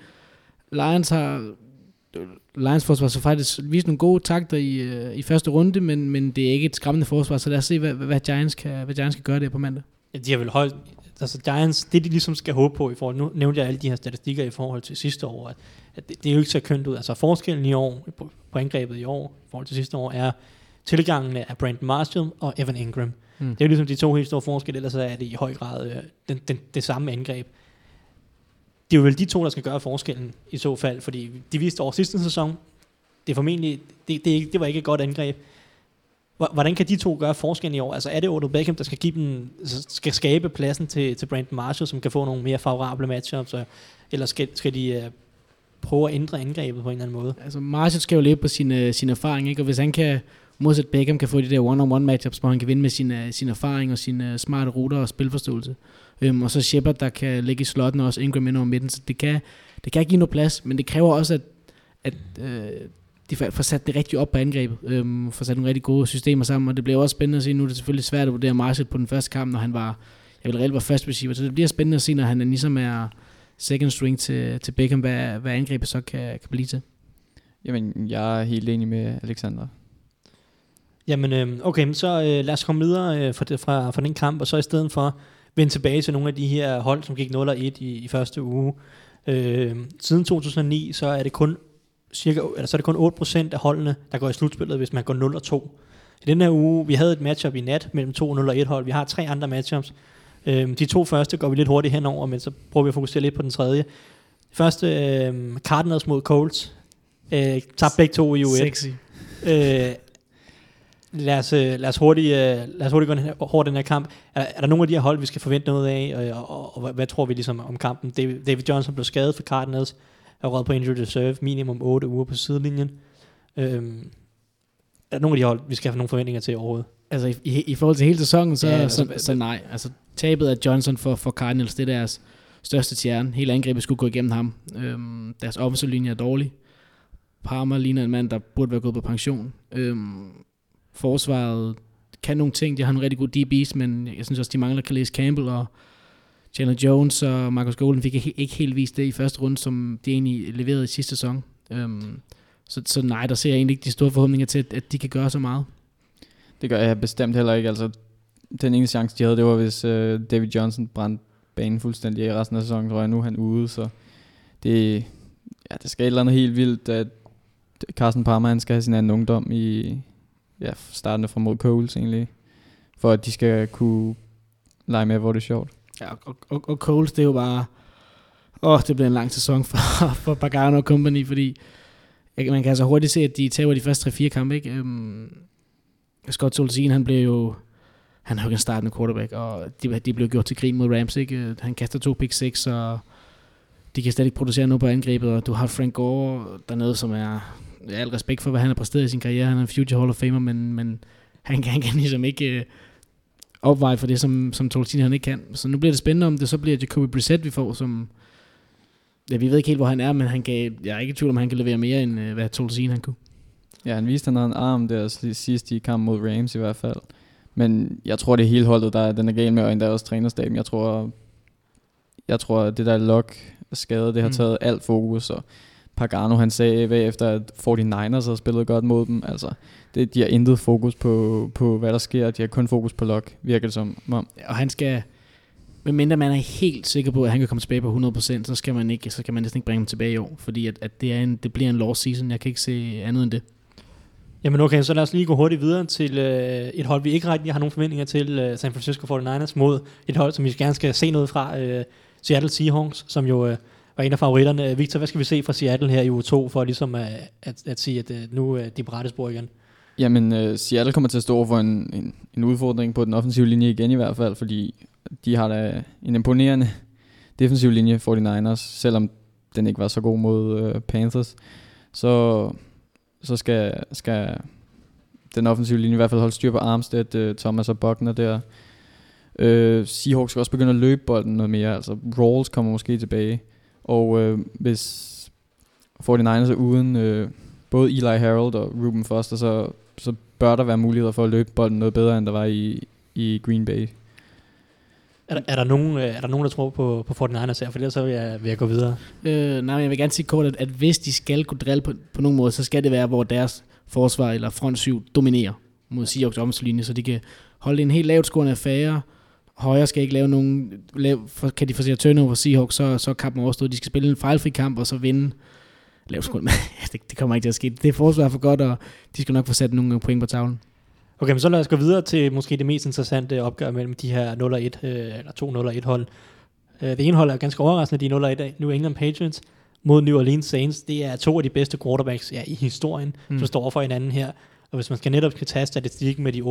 Lions forsvar så faktisk vist nogle gode takter i første runde, men det er ikke et skræmmende forsvar, så lad os se, hvad Giants kan gøre der på mandag. Ja, de har vel holdt, altså Giants, det de ligesom skal håbe på i forhold, nu nævnte jeg alle de her statistikker i forhold til sidste år, at det er jo ikke så kønt ud, altså forskellen i år, på angrebet i år, i forhold til sidste år, er tilgangene af Brandon Marshall og Evan Ingram. Det er jo ligesom de to helt store forskelle, ellers er det i høj grad det samme angreb. Det er jo vel de to, der skal gøre forskellen i så fald, fordi de viste over sidste sæson, det er formentlig, det var ikke et godt angreb. Hvordan kan de to gøre forskellen i år? Altså er det Odell Beckham, der skal skabe pladsen til Brandon Marshall, som kan få nogle mere favorable matchups, eller skal de prøve at ændre angrebet på en eller anden måde? Altså Marshall skal jo leve på sin erfaring, ikke? Og hvis han kan modsat Beckham kan få de der one-on-one matchups, hvor han kan vinde med sin erfaring og sine smarte ruter og spilforståelse. Og så Shepard, der kan ligge i slotten og også Ingram ind over midten. Så det kan give noget plads, men det kræver også, at de får sat det rigtigt op på angrebet. Får sat nogle rigtig gode systemer sammen, og det bliver også spændende at se. Nu er det selvfølgelig svært at vurdere Marshall på den første kamp, når han reelt var first receiver. Så det bliver spændende at se, når han ligesom er second string til Beckham, hvad angrebet så kan blive til. Jamen, jeg er helt enig med Alexander. Jamen, okay, så lad os komme videre fra den kamp, og så i stedet for vende tilbage til nogle af de her hold, som gik 0-1 i første uge. Siden 2009, så er det kun 8% af holdene, der går i slutspillet, hvis man går 0-2. I den her uge, vi havde et matchup i nat mellem 2 og 0-1 hold. Vi har 3 andre matchups. De 2 første går vi lidt hurtigt henover, men så prøver vi at fokusere lidt på den tredje. Første, Cardinals mod Colts. Tabte begge 2 i uge 1. Sexy. Lad os hurtigt gå over den her kamp. Er der nogle af de her hold, vi skal forvente noget af, og hvad tror vi ligesom om kampen? David Johnson blev skadet for Cardinals, har røget på injured reserve, minimum 8 uger på sidelinjen. Er der nogle af de hold, vi skal have nogle forventninger til overhovedet? Altså i forhold til hele sæsonen, så nej. Altså tabet af Johnson for Cardinals, det er deres største stjerne. Hele angrebet skulle gå igennem ham. Deres offensive linje er dårlig. Palmer ligner en mand, der burde være gået på pension. Forsvaret kan nogle ting. De har nogle rigtig gode DB's, men jeg synes også, de mangler Calais Campbell, og Chandler Jones og Marcus Golden fik ikke helt vist det i første runde, som de egentlig leverede i sidste sæson. Så nej, der ser jeg egentlig ikke de store forhåbninger til, at de kan gøre så meget. Det gør jeg bestemt heller ikke. Altså, den eneste chance, de havde, det var, hvis David Johnson brændte banen fuldstændig i resten af sæsonen, tror jeg. Nu er han ude, så det Ja, det skal et eller andet helt vildt, at Carson Palmer, han skal have sin anden ungdom i, startende fra mod Coles egentlig, for at de skal kunne lege med, hvor det er sjovt. Ja, og Coles, det er jo bare, det bliver en lang sæson for Pagano og company, fordi man kan altså hurtigt se, at de tager de første 3-4 kampe, ikke? Scott Tolzien, han er jo ikke en startende quarterback, og de blev gjort til grin mod Rams, ikke? Han kaster 2 pick 6, og de kan stadig producere noget på angrebet, og du har Frank Gore dernede, som er, al respekt for, hvad han har præsteret i sin karriere, han er en future Hall of Famer, men han kan ligesom ikke opveje for det, som Tolzien han ikke kan. Så nu bliver det spændende, om det så bliver Jacoby Brissett, vi får, som, ja, vi ved ikke helt, hvor han er, men jeg er ikke i tvivl om, han kan levere mere, end hvad Tolzien han kunne. Ja, han viste, han havde en arm der sidst i kamp mod Rams i hvert fald. Men jeg tror, det er hele holdet, den er galt med, og endda også trænerstaben. Jeg tror, at det der Luck skade, det har taget alt fokus, og Pagano, han sagde bagefter, at 49ers har spillet godt mod dem. Altså, de har intet fokus på, hvad der sker. De har kun fokus på Luck, virker det som om. Og han skal, medmindre man er helt sikker på, at han kan komme tilbage på 100%, så kan man næsten ikke bringe ham tilbage i år, fordi at det bliver en lost season. Jeg kan ikke se andet end det. Jamen okay, så lad os lige gå hurtigt videre til et hold, vi ikke rigtig har nogen forventninger til, San Francisco 49ers, mod et hold, som vi gerne skal se noget fra, Seattle Seahawks, som jo var en af favoritterne. Victor, hvad skal vi se fra Seattle her i uge 2, for ligesom at sige, at nu er de på rette spor igen? Jamen, Seattle kommer til at stå for en udfordring på den offensive linje igen i hvert fald, fordi de har da en imponerende defensiv linje, 49ers, selvom den ikke var så god mod Panthers. Så skal den offensive linje i hvert fald holde styr på Armstead, Thomas og Buckner der. Seahawks skal også begynde at løbe bolden noget mere, altså Rawls kommer måske tilbage. Og hvis 49ers er uden både Eli Harold og Reuben Foster, så bør der være muligheder for at løbe bolden noget bedre, end der var i Green Bay. Er der nogen, der tror på 49ers her? For ellers så vil jeg gå videre. Nej, jeg vil gerne sige kort, at hvis de skal kunne drille på nogen måde, så skal det være, hvor deres forsvar eller front 7 dominerer mod Seahawks omslinje, så de kan holde en helt lavt scorende affære. Højre skal ikke lave nogen, kan de forsere turnover for Seahawks, så er kampen overstået. De skal spille en fejlfri kamp, og så vinde lavt scorende. Det kommer ikke til at ske. Det er forsvar for godt, og de skal nok få sat nogle point på tavlen. Okay, men så lad os gå videre til måske det mest interessante opgør mellem de her 0-1, eller 2-0-1 hold. Det ene hold er ganske overraskende, de er 0-1 af New England Patriots mod New Orleans Saints. Det er 2 af de bedste quarterbacks i historien, som står for hinanden her. Og hvis man skal netop tage statistikken med de 8%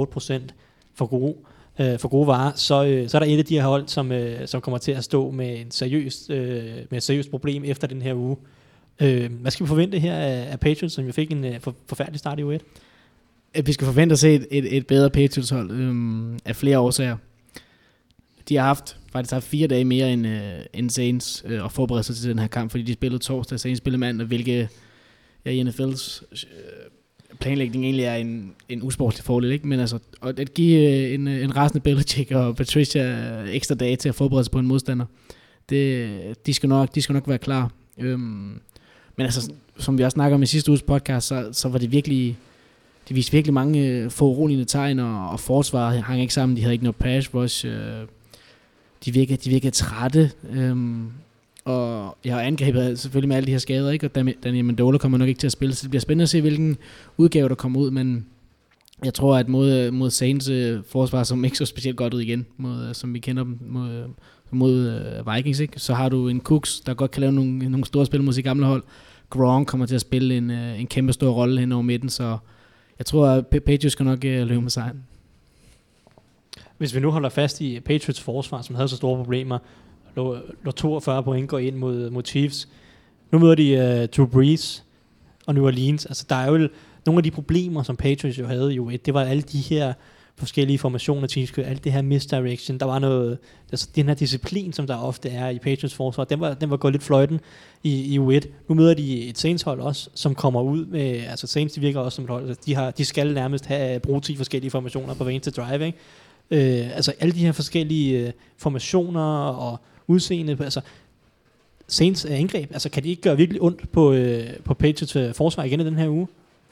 for gode varer, så er der et af de her hold, som kommer til at stå med et seriøst problem efter den her uge. Hvad skal vi forvente her af Patriots, som jo fik en forfærdelig start i uge 1? At vi skal forvente at se et bedre Patriots-hold af flere årsager. De har faktisk haft 4 dage mere end Saints og forberedt sig til den her kamp, fordi de spillede torsdag, Saints spillede mandag, hvilket i NFL's planlægning egentlig er en usportslig fordel, ikke? Men altså, at give en rasende Belichick og Patricia ekstra dage til at forberede sig på en modstander, de skal nok være klar. Men altså, som vi også snakker om i sidste uges podcast, så var det virkelig, de viste virkelig mange foruroligende tegn, og forsvaret hang ikke sammen, de havde ikke noget pass rush, de virkede trætte, og jeg har angrebet selvfølgelig med alle de her skader, ikke? Og Daniel Amendola kommer nok ikke til at spille, så det bliver spændende at se, hvilken udgave der kommer ud, men jeg tror, at mod Saints forsvar, som ikke så specielt godt ud igen, som vi kender dem, mod Vikings, ikke? Så har du en Cooks, der godt kan lave nogle store spil mod sit gamle hold. Gronk kommer til at spille en kæmpe stor rolle hen over midten, så jeg tror, at Patriots skal nok løbe med sejren. Hvis vi nu holder fast i Patriots forsvar, som havde så store problemer, lå 42 point går ind mod Chiefs. Nu møder de Drew Brees og New Orleans. Altså, der er jo nogle af de problemer, som Patriots jo havde jo. Det var alle de her forskellige formationer, Chiefs, alt det her misdirection. Der var noget, altså den her disciplin, som der ofte er i Patriots forsvar, den var gået lidt fløjten i U1. Nu møder de et Saints-hold også, som kommer ud med, altså Saints, de virker også som et hold, altså de skal nærmest bruge 10 forskellige formationer på hver eneste drive, ikke? Altså alle de her forskellige formationer og udseende, altså Saints angreb, altså kan de ikke gøre virkelig ondt på Patriots forsvar igen i den her uge?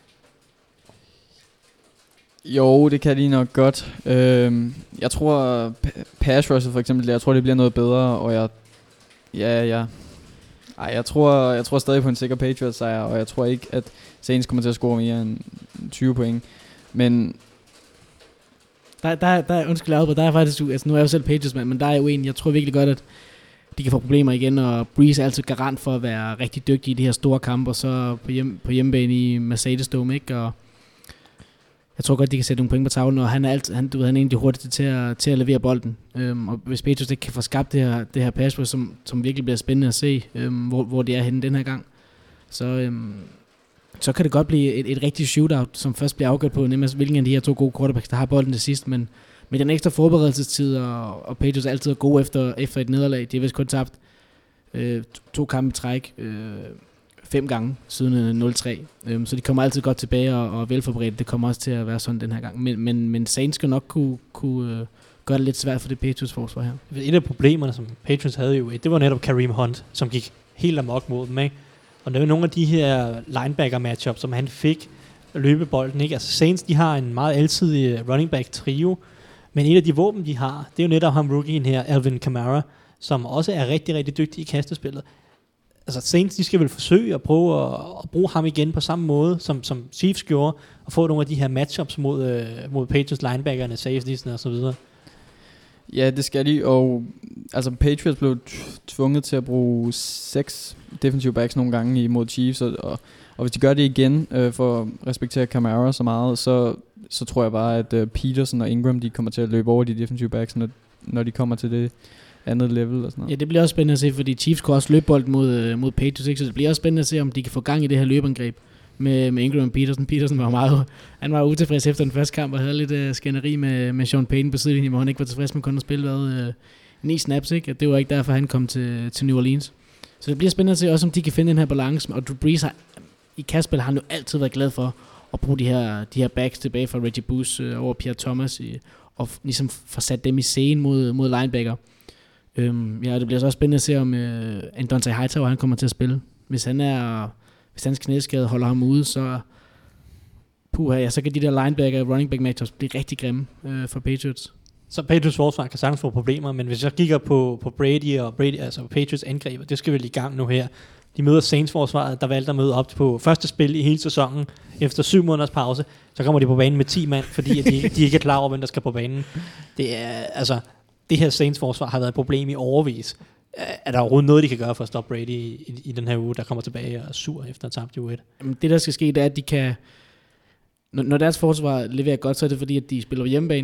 Jo, det kan de nok godt. Jeg tror pass rushet for eksempel, jeg tror det bliver noget bedre, og Ej, jeg tror stadig på en sikker Patriots sejr, og jeg tror ikke, at Saints kommer til at score mere end 20 point. Men undskyld Albert, der er faktisk, altså nu er jeg jo selv Patriots mand, men der er jo en, jeg tror virkelig godt, at de kan få problemer igen, og Breeze er altid garant for at være rigtig dygtig i de her store kampe, og så på hjemmebane i Mercedes Dome, ikke? Og jeg tror godt, de kan sætte nogle point på tavlen, og han er en af de hurtigste til at levere bolden. Og hvis Patriots ikke kan få skabt det her pass rush, som virkelig bliver spændende at se, hvor det er henne den her gang, så kan det godt blive et rigtigt shootout, som først bliver afgjort på, nemlig hvilken af de her to gode quarterbacks, der har bolden til sidst, men med den ekstra forberedelsestid, og Patriots er altid gode efter et nederlag. De har vist kun tabt 2 kampe i træk, 5 gange siden 0-3. Så de kommer altid godt tilbage og velforberedt. Det kommer også til at være sådan den her gang. Men Saints skal nok kunne gøre det lidt svært for det Patriots forsvar her. Et af problemerne, som Patriots havde jo, det var netop Kareem Hunt, som gik helt amok mod dem, ikke? Og det var nogle af de her linebacker matchup, som han fik løbebolden, ikke? Altså Saints, de har en meget alsidig running back trio, men et af de våben, de har, det er jo netop ham rookien her, Alvin Kamara, som også er rigtig, rigtig dygtig i kastespillet. Altså Saints, de skal vel forsøge at prøve at bruge ham igen på samme måde, som Chiefs gjorde, og få nogle af de her matchups mod Patriots linebackerne, safeties og så videre. Ja, det skal de, og altså Patriots blev tvunget til at bruge 6 defensive backs nogle gange imod Chiefs, og hvis de gør det igen for at respektere Kamara så meget, så tror jeg bare, at Peterson og Ingram, de kommer til at løbe over de defensive backs, når de kommer til det andet level og sådan noget. Ja, det bliver også spændende at se, fordi Chiefs kunne også løbe bold mod Patriots, ikke? Så det bliver også spændende at se, om de kan få gang i det her løbeangreb med Ingram og Peterson. Peterson var utilfreds efter den første kamp og havde lidt skænderi med Sean Payton på sidelinjen, hvor han ikke var tilfreds med kun at spille 9 snaps, ikke? Det var ikke derfor, han kom til New Orleans. Så det bliver spændende at se også, om de kan finde den her balance. Og Drew Brees i kastspil har han jo altid været glad for at bruge de her backs tilbage fra Reggie Bush over Pierre Thomas og ligesom få sat dem i scene mod linebacker. Ja, det bliver så også spændende at se, om Dante Hightower han kommer til at spille. Hvis hans knæskade holder ham ude, så så kan de der linebacker og running back matchups blive rigtig grimme for Patriots. Så Patriots forsvar kan sagtens få problemer, men hvis jeg kigger på Brady, altså Patriots angriber, det skal vel i gang nu her. De møder Saints forsvaret, der valgte at møde op på første spil i hele sæsonen. Efter 7 måneders pause, så kommer de på banen med 10 mand, fordi at de ikke er klar over, hvem der skal på banen. Det her Saints forsvar har været et problem i overvis. Er der overhovedet noget, de kan gøre for at stoppe Brady i den her uge, der kommer tilbage og er sur efter at have tabt uge 1? Det, der skal ske, det er, at de kan... Når deres forsvar leverer godt, så er det fordi, at de spiller hjemmebane.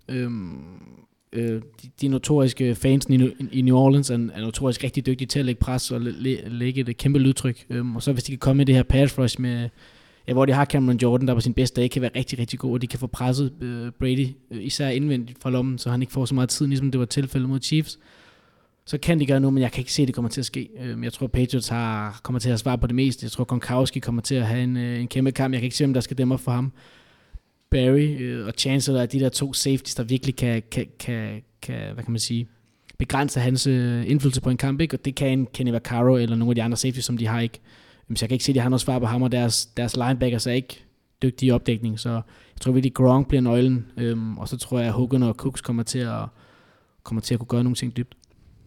De notoriske fans i New Orleans er notorisk rigtig dygtige til at lægge pres og lægge et kæmpe lydtryk. Og så hvis de kan komme med det her pass rush med... Ja, hvor de har Cameron Jordan, der på sin bedste dag kan være rigtig, rigtig god, og de kan få presset Brady, især indvendigt fra lommen, så han ikke får så meget tid, ligesom det var tilfældet mod Chiefs. Så kan de gøre noget, men jeg kan ikke se, at det kommer til at ske. Jeg tror, Patriots kommer til at svare på det meste. Jeg tror, Gronkowski kommer til at have en kæmpe kamp. Jeg kan ikke se, om der skal dæmme op for ham. Barry og Chancellor er de der 2 safeties, der virkelig kan hvad kan man sige, begrænse hans indflydelse på en kamp, ikke? Og det kan en Kenny Vaccaro eller nogle af de andre safeties, som de har ikke. Så jeg kan ikke se, at de har noget svar på ham, og deres linebackers er ikke dygtige i opdækning, så jeg tror virkelig, Gronk bliver nøglen, og så tror jeg, at Hogan og Cooks kommer til at kunne gøre nogle ting dybt.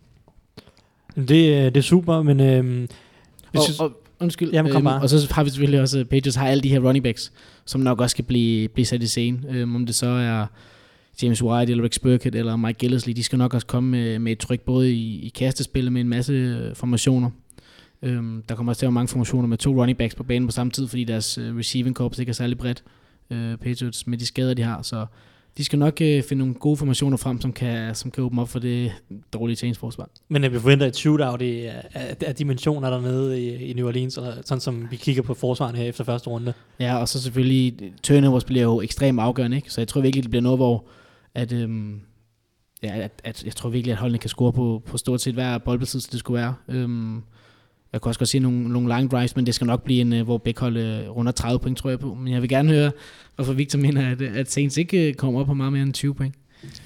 Det er super, men... Undskyld, jamen, og så har vi selvfølgelig også, Patriots har alle de her running backs, som nok også skal blive sat i scene, om det så er James White eller Rex Burkhead eller Mike Gillislee, de skal nok også komme med et tryk både i kastespillet med en masse formationer. Der kommer også til at være mange formationer med 2 running backs på banen på samme tid, fordi deres receiving corps ikke er særlig bredt, Patriots, med de skader, de har. Så de skal nok finde nogle gode formationer frem, som kan åbne op for det dårlige Saints forsvar. Men vi forventer et shootout af dimensioner dernede i New Orleans, eller sådan som vi kigger på forsvaren her efter første runde. Ja, og så selvfølgelig, turnovers bliver jo ekstremt afgørende, ikke? Så jeg tror virkelig, det bliver noget, hvor at jeg tror virkelig, at holdene kan score på stort set hver boldbesiddelse, det skulle være. Jeg kan også godt se nogle lang drives, men det skal nok blive en, hvor begge hold runder 30 point, tror jeg på. Men jeg vil gerne høre, hvorfor Victor mener, at Saints ikke kommer op på meget mere end 20 point.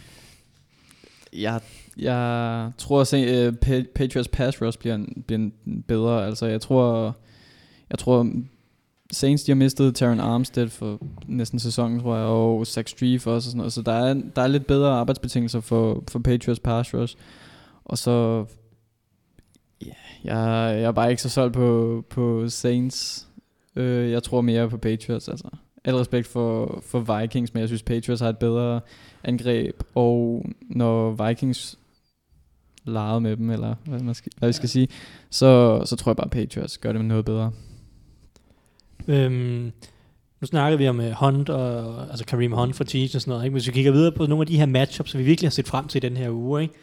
Jeg tror, at Patriots pass rush bliver bedre. Altså, jeg tror Saints, de har mistet Terran Armstead for næsten sæsonen, tror jeg, og Zach Strief også og sådan noget. Så der er lidt bedre arbejdsbetingelser for Patriots pass rush. Og så Jeg er bare ikke så solgt på Saints. Jeg tror mere på Patriots, altså. Al respekt for Vikings, men jeg synes Patriots har et bedre angreb, og når Vikings legede med dem, eller hvad vi skal sige, så tror jeg bare Patriots gør det med noget bedre. Nu snakker vi om Hunt, altså Kareem Hunt for Chiefs og sådan noget, ikke? Hvis vi kigger videre på nogle af de her matchups, som vi virkelig har set frem til i den her uge, ikke?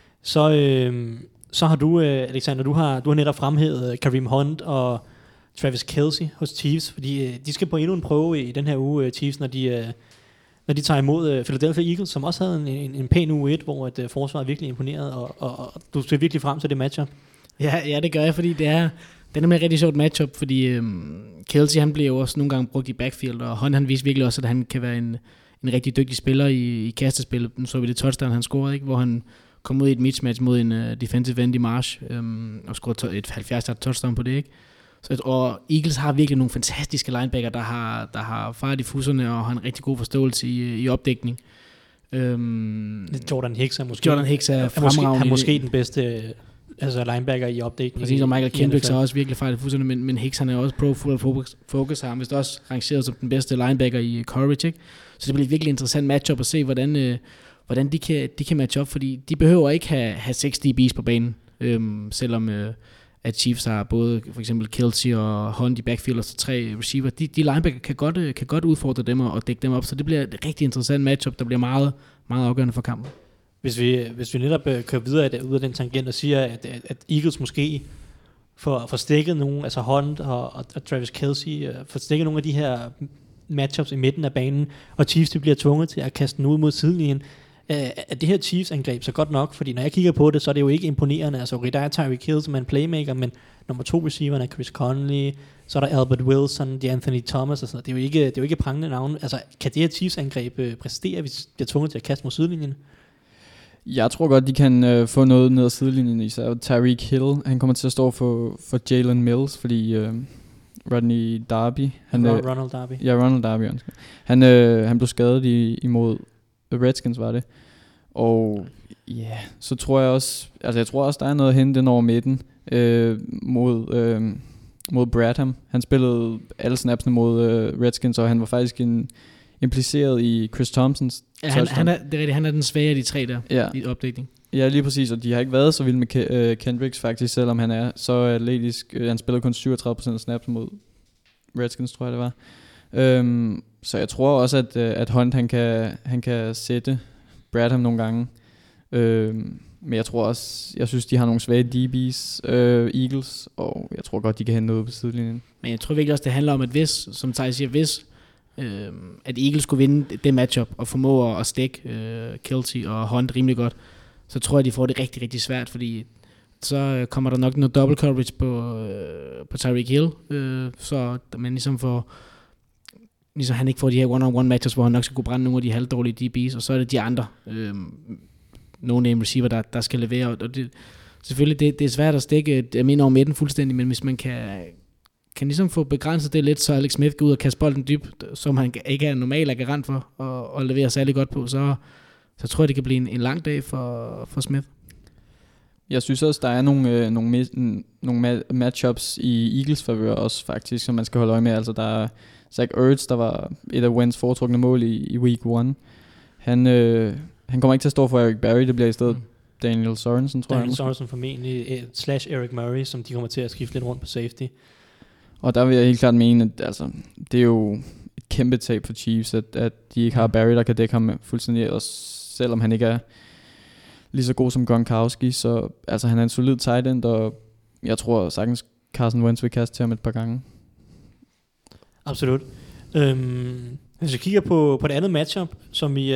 Så har du, Alexander, du har netop fremhævet Kareem Hunt og Travis Kelce hos Chiefs, fordi de skal på endnu en prøve i den her uge, Chiefs, når de tager imod Philadelphia Eagles, som også havde en pæn uge 1, hvor forsvaret virkelig imponeret, og du ser virkelig frem til det matchup. Ja, det gør jeg, fordi det er nemlig et rigtig sjovt matchup, fordi Kelce, han bliver jo også nogle gange brugt i backfield, og han viser virkelig også, at han kan være en rigtig dygtig spiller i kastespil. Nu så vi det touchdown, han scorede, ikke? Hvor han kom ud i et mismatch mod en defensive end i Marsh, og scorede et 70-yard touchdown på det, ikke? Og Eagles har virkelig nogle fantastiske linebacker, der har fart i fusserne og har en rigtig god forståelse i opdækning. Jordan Hicks er fremragende. Han er måske den bedste linebacker i opdækning. Præcis, og Michael Kendricks har også virkelig fart i fusserne, men Hicks han er også Pro Football Focus, har han vist også rangeret som den bedste linebacker i coverage, ikke? Så det bliver et virkelig interessant matchup at se, hvordan de kan matche op, fordi de behøver ikke have 6 DB's på banen, selvom at Chiefs har både for eksempel Kelce og Hunt i backfield og så 3 receiver. De linebacker kan godt udfordre dem og dække dem op, så det bliver et rigtig interessant matchup, der bliver meget, meget afgørende for kampen. Hvis vi netop kører videre ud af den tangent og siger, at Eagles måske får stikket nogle, altså Hunt og Travis Kelce, får stikket nogle af de her matchups i midten af banen, og Chiefs de bliver tvunget til at kaste den ud mod sidelinjen, er det her Chiefs-angreb så godt nok? Fordi når jeg kigger på det, så er det jo ikke imponerende. Altså, der er Tyreek Hill, som er en playmaker, men nummer 2 receiveren er Chris Conley, så er der Albert Wilson, de Anthony Thomas og sådan noget. Det er jo ikke prangende navne. Altså, kan det her Chiefs-angreb præstere, hvis de bliver tvunget til at kaste mod sidelinjen? Jeg tror godt, de kan få noget ned ad sidelinjen, især Tyreek Hill. Han kommer til at stå for Jalen Mills, fordi Rodney Darby. Ronald Darby. Ja, Ronald Darby. Han blev skadet imod Redskins, var det. Og ja, så tror jeg også, der er noget at hente over midten mod Bradham. Han spillede alle snapsene mod Redskins, og han var faktisk impliceret i Chris Thompsons. Ja, han er den svage af de 3 der i opdækning. Ja, lige præcis, og de har ikke været så vilde med Kendricks faktisk, selvom han er så atletisk. Han spillede kun 37% af snaps mod Redskins, tror jeg det var. Så jeg tror også, at Hunt han kan sætte Bradham nogle gange. Men jeg synes, de har nogle svage DB's, Eagles, og jeg tror godt, de kan hente noget på sidelinjen. Men jeg tror virkelig også, det handler om, at hvis, som Thijs siger, at Eagles skulle vinde det matchup og formå at stikke Kelce og Hunt rimelig godt, så tror jeg, de får det rigtig, rigtig svært, fordi så kommer der nok noget double coverage på Tyreek Hill, så man ligesom han ikke får de her one-on-one matches, hvor han nok skal kunne brænde nogle af de halvdårlige DB's, og så er det de andre no-name receiver, der skal levere, og det, selvfølgelig det er svært at stikke over midten fuldstændig, men hvis man kan ligesom få begrænset det lidt, så Alex Smith går ud og kaster bolden dybt, som han ikke er normalt garant for, og levere særlig godt på, så tror jeg, det kan blive en lang dag for Smith. Jeg synes også, der er nogle matchups i Eagles favør også faktisk, som man skal holde øje med. Altså der er Zach Ertz, der var et af Wentz foretrukne mål i week 1. Han kommer ikke til at stå for Eric Berry, det bliver i stedet Daniel Sorensen, tror jeg. Daniel Sorensen formentlig, / Eric Murray, som de kommer til at skifte lidt rundt på safety. Og der vil jeg helt klart mene, at altså, det er jo et kæmpe tab for Chiefs, at de ikke har Barry, der kan dække ham fuldstændig, og selvom han ikke er lige så god som Gronkowski, så altså, han er en solid tight end, og jeg tror sagtens Carson Wentz vil kaste til ham et par gange. Absolut. Hvis vi kigger på det andet matchup, som vi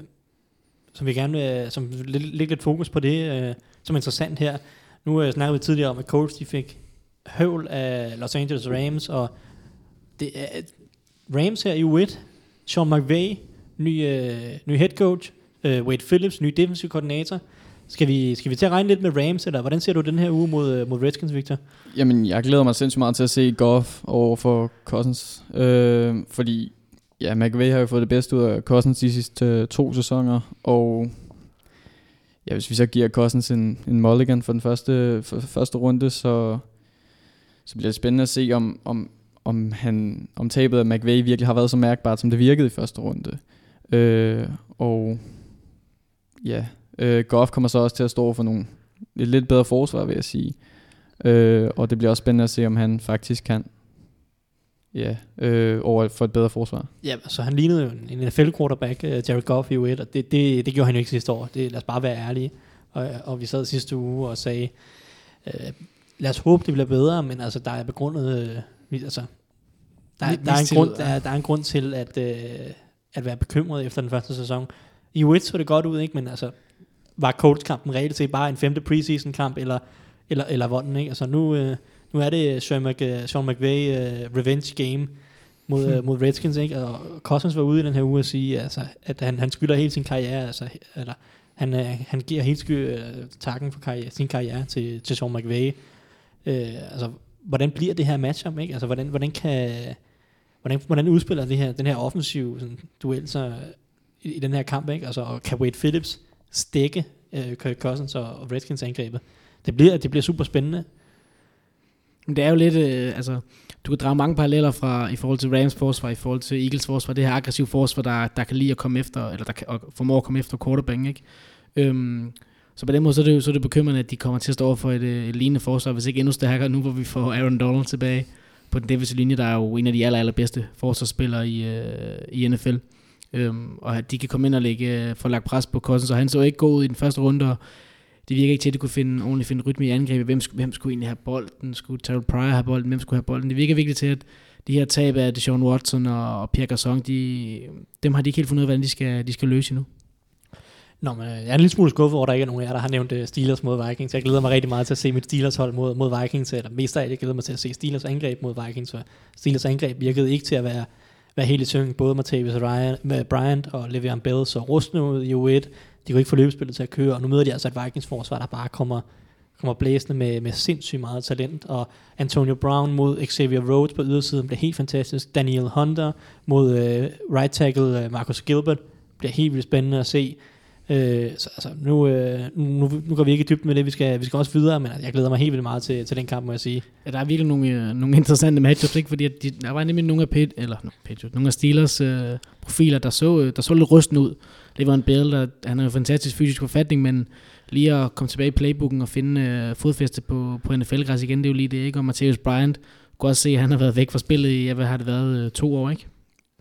gerne vil lægge lidt fokus på det, som er interessant her. Nu snakker vi tidligere om, at Colts de fik høvl af Los Angeles Rams, og det er Rams her i U1, Sean McVay, ny head coach, Wade Phillips, ny defensiv koordinator. Skal vi til at regne lidt med Rams, eller hvordan ser du den her uge mod Redskins, Victor? Jamen, jeg glæder mig sindssygt meget til at se Goff over for Cousins, fordi ja, McVay har jo fået det bedste ud af Cousins de sidste 2 sæsoner, og hvis vi så giver Cousins en mulligan for den første runde, så bliver det spændende at se, om tabet af McVay virkelig har været så mærkbart, som det virkede i første runde. Goff kommer så også til at stå for et lidt bedre forsvar, vil jeg sige. Og det bliver også spændende at se, om han faktisk kan over for et bedre forsvar. Ja, så han lignede jo en NFL-quarterback, Jared Goff i U1, og det gjorde han jo ikke sidste år. Lad os bare være ærlige. Og vi sad sidste uge og sagde, lad os håbe, det bliver bedre, men altså, der er begrundet... Der er en grund til at være bekymret efter den første sæson. I U1 så det godt ud, ikke? Men altså, var Colts-kampen reelt set bare en 5. preseason-kamp, eller hvordan, ikke? Altså nu er det Sean McVay revenge game mod Redskins, ikke? Og Cousins var ude i den her uge at sige, altså, at han skylder hele sin karriere, altså, eller han giver helt takken for sin karriere til Sean McVay. Altså, hvordan bliver det her matchup, ikke? Altså, hvordan udspiller den her offensive sådan, duel så i den her kamp, ikke? Altså, og kan Wade Phillips stikke Kirk Cousins og Redskins angrebet? Det bliver super spændende. Det er jo lidt, du kan drage mange paralleller i forhold til Rams forsvar, i forhold til Eagles forsvar, det her aggressive forsvar, der kan lide at komme efter, eller der kan formår at komme efter quarterbacken, ikke? Så på den måde, så er det bekymrende, at de kommer til at stå over for et lignende forsvar, hvis ikke endnu stærkere, nu hvor vi får Aaron Donald tilbage på den defensive linje, der er jo en af de allerbedste forsvarsspillere i NFL. Og at de kan komme ind og få lagt pres på Cousins, og han så ikke gå ud i den første runde, og det virker ikke til, at de kunne finde rytme i angrebet. Hvem skulle egentlig have bolden? Skulle Terrell Pryor have bolden? Hvem skulle have bolden? Det virker virkelig til, at de her tab af Deshaun Watson og Pierre Garçon, dem har de ikke helt fundet ud af, hvordan de skal løse endnu. Nå, men jeg er en lille smule skuffet over, at der ikke er nogen af jer, der har nævnt Steelers mod Vikings. Jeg glæder mig rigtig meget til at se mit Steelers hold mod Vikings, eller mest af alt, jeg glæder mig til at se Steelers angreb mod Vikings, for Steelers angreb virkede ikke til at være helt i synk. Både Martavis Bryant og Le'Veon Bell så rustne ud i U1. De kunne ikke få løbespillet til at køre, og nu møder de altså et Vikings forsvar, der bare kommer blæsende med sindssygt meget talent, og Antonio Brown mod Xavier Rhodes på ydersiden bliver helt fantastisk. Daniel Hunter mod right tackle Marcus Gilbert bliver helt vildt spændende at se. Så altså, nu går vi ikke i dybden med det, vi skal også videre, men jeg glæder mig helt vildt meget til den kamp, må jeg sige. Ja, der er virkelig nogle interessante matchups, ikke? Fordi der var nemlig nogle af Steelers profiler, der så lidt rystende ud. Det var en Bell, han har jo fantastisk fysisk forfatning, men lige at komme tilbage i playbooken og finde fodfæste på NFL-græs igen, det er jo lige det, ikke? Og Martavis Bryant kunne også se, at han har været væk fra spillet i, hvad har det været, 2 år, ikke?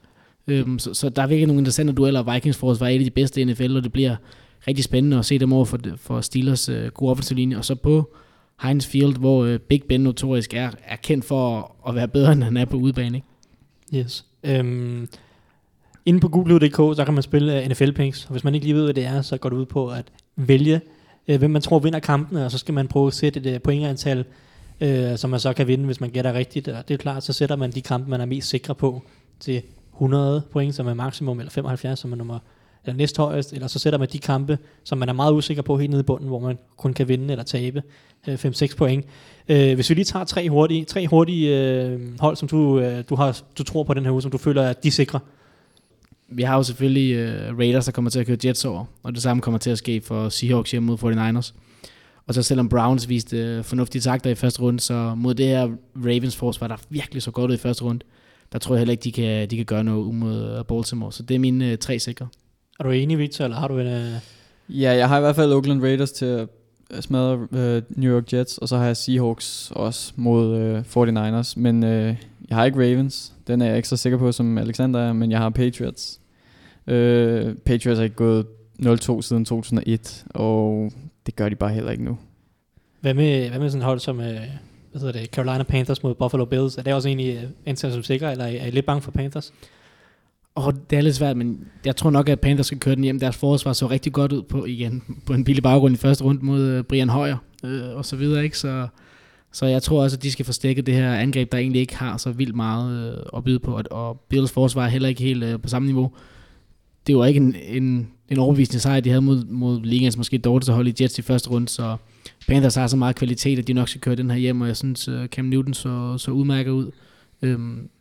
Så der er virkelig nogle interessante dueller. Vikings forsvar er et af de bedste i NFL, og det bliver rigtig spændende at se dem over for Steelers gode offensive linje. Og så på Heinz Field, hvor Big Ben notorisk er kendt for at være bedre, end han er på udebane, ikke? Yes. Inde på google.dk, så kan man spille NFL Picks, og hvis man ikke lige ved, hvad det er, så går det ud på at vælge, hvem man tror vinder kampene, og så skal man prøve at sætte et pointantal, som man så kan vinde, hvis man gætter rigtigt. Og det er klart, så sætter man de kampe, man er mest sikre på, til 100 point, som er maksimum, eller 75, som er eller næsthøjest, eller så sætter man de kampe, som man er meget usikker på helt nede i bunden, hvor man kun kan vinde eller tabe 5-6 point. Hvis vi lige tager tre hurtige hold, som du tror på den her uge, som du føler, at de er sikre. Vi har jo selvfølgelig Raiders, der kommer til at køre Jets over, og det samme kommer til at ske for Seahawks hjemme mod 49ers. Og så selvom Browns viste fornuftige takter i første runde, så mod det her Ravens forsvar, der virkelig så godt ud i første runde, der tror jeg heller ikke, de kan gøre noget mod Baltimore. Så det er mine 3 sikre. Er du enig, Victor, eller har du en... Ja, jeg har i hvert fald Oakland Raiders til at smadre New York Jets, og så har jeg Seahawks også mod 49ers. Men jeg har ikke Ravens. Den er jeg ikke så sikker på, som Alexander er, men jeg har Patriots. Patriots er ikke gået 0-2 siden 2001, og det gør de bare heller ikke nu. Hvad med sådan et hold som... Carolina Panthers mod Buffalo Bills? Er det også egentlig antaget som sikker, eller er I lidt bange for Panthers? Det er lidt svært, men jeg tror nok, at Panthers skal køre den hjem. Deres forsvar så rigtig godt ud på en billig baggrund i første runde mod Brian Hoyer og så videre, ikke? Så jeg tror også, at de skal forstække det her angreb, der egentlig ikke har så vildt meget at byde på, og Bills forsvar er heller ikke helt på samme niveau. Det var ikke en overbevisende sejr, de havde mod ligaens måske dårligste hold i Jets i første runde, så Panthers har så meget kvalitet, at de nok skal køre den her hjem, og jeg synes, Cam Newton så udmærket ud.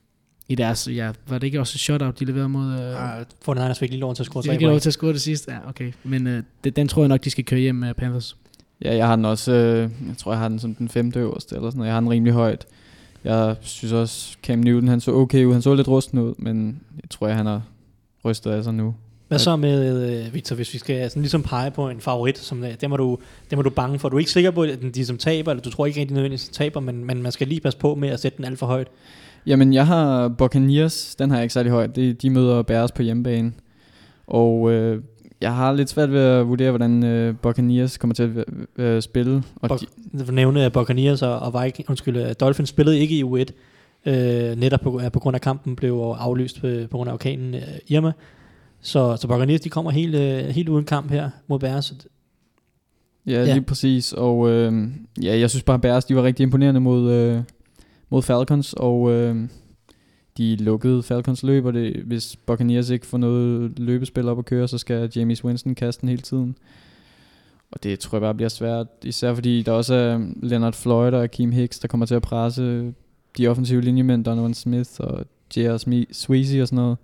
i deres, var det ikke også et shutout, de leverede mod... For den fik lige lov til at score 3 point. De fik lov til at score det sidste, ja, okay. Men den tror jeg nok, de skal køre hjem med Panthers. Ja, jeg har den også, jeg tror, jeg har den som den 5. øverste, eller sådan noget. Jeg har den rimelig højt. Jeg synes også, Cam Newton, han så okay ud. Han så lidt rusten ud, men jeg tror, han har rystet af sig nu. Hvad så med, Victor, hvis vi skal sådan ligesom pege på en favorit, som dem er du bange for? Du er ikke sikker på, at de som taber, eller du tror ikke rigtig nødvendigvis taber, men man skal lige passe på med at sætte den alt for højt. Jamen, jeg har Buccaneers, den har jeg ikke særlig højt. De møder Bears på hjemmebane. Og jeg har lidt svært ved at vurdere, hvordan Buccaneers kommer til at spille. Og du nævnte, at Buccaneers og Dolphins spillede ikke i U1, netop på grund af kampen blev aflyst på grund af orkanen Irma. Så Buccaneers, de kommer helt uden kamp her mod Bears. Ja, lige præcis. Og jeg synes bare, Bears, de var rigtig imponerende mod Falcons, og de lukkede Falcons løb, og hvis Buccaneers ikke får noget løbespil op at køre, så skal Jameis Winston kaste den hele tiden. Og det tror jeg bare bliver svært, især fordi der også er Leonard Floyd og Akeem Hicks, der kommer til at presse de offensive linjemænd, Donovan Smith og J.R. Sweezy og sådan noget.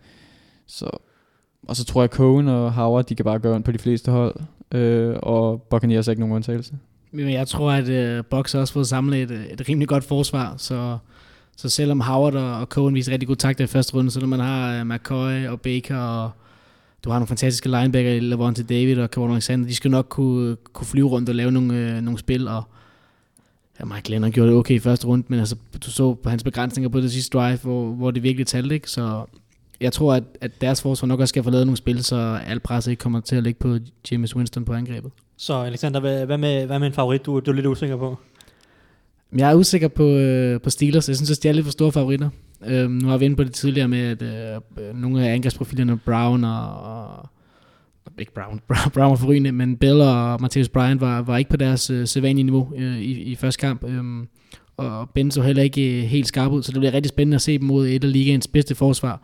Og så tror jeg, Cohen og Howard, de kan bare gøre ondt på de fleste hold, og Buccaneers er ikke nogen undtagelse. Men jeg tror, at Bucs har også fået samlet et rimelig godt forsvar, så selvom Howard og Cohen viser rigtig god takter i første runde, så når man har McCoy og Baker, og du har nogle fantastiske linebacker, Lavonte David og Kevon Alexander, de skal nok kunne flyve rundt og lave nogle spil, og Mike Leonard gjorde det okay i første runde, men altså, du så på hans begrænsninger på det sidste drive, hvor det virkelig talte, ikke? Så jeg tror, at deres forsvar nok også skal få lavet nogle spil, så alt presset ikke kommer til at ligge på Jameis Winston på angrebet. Så Alexander, hvad med en favorit, du er lidt usikker på? Jeg er usikker på Steelers. Jeg synes, at de er lidt for store favoritter. Nu har vi inde på det tidligere med, at nogle af angrebsprofilerne, Brown og ikke Brown var forrygende, men Bell og Martavis Bryant var ikke på deres sædvanlige niveau i første kamp. Og Ben så heller ikke helt skarp ud, så det bliver rigtig spændende at se dem mod et af ligaens bedste forsvar.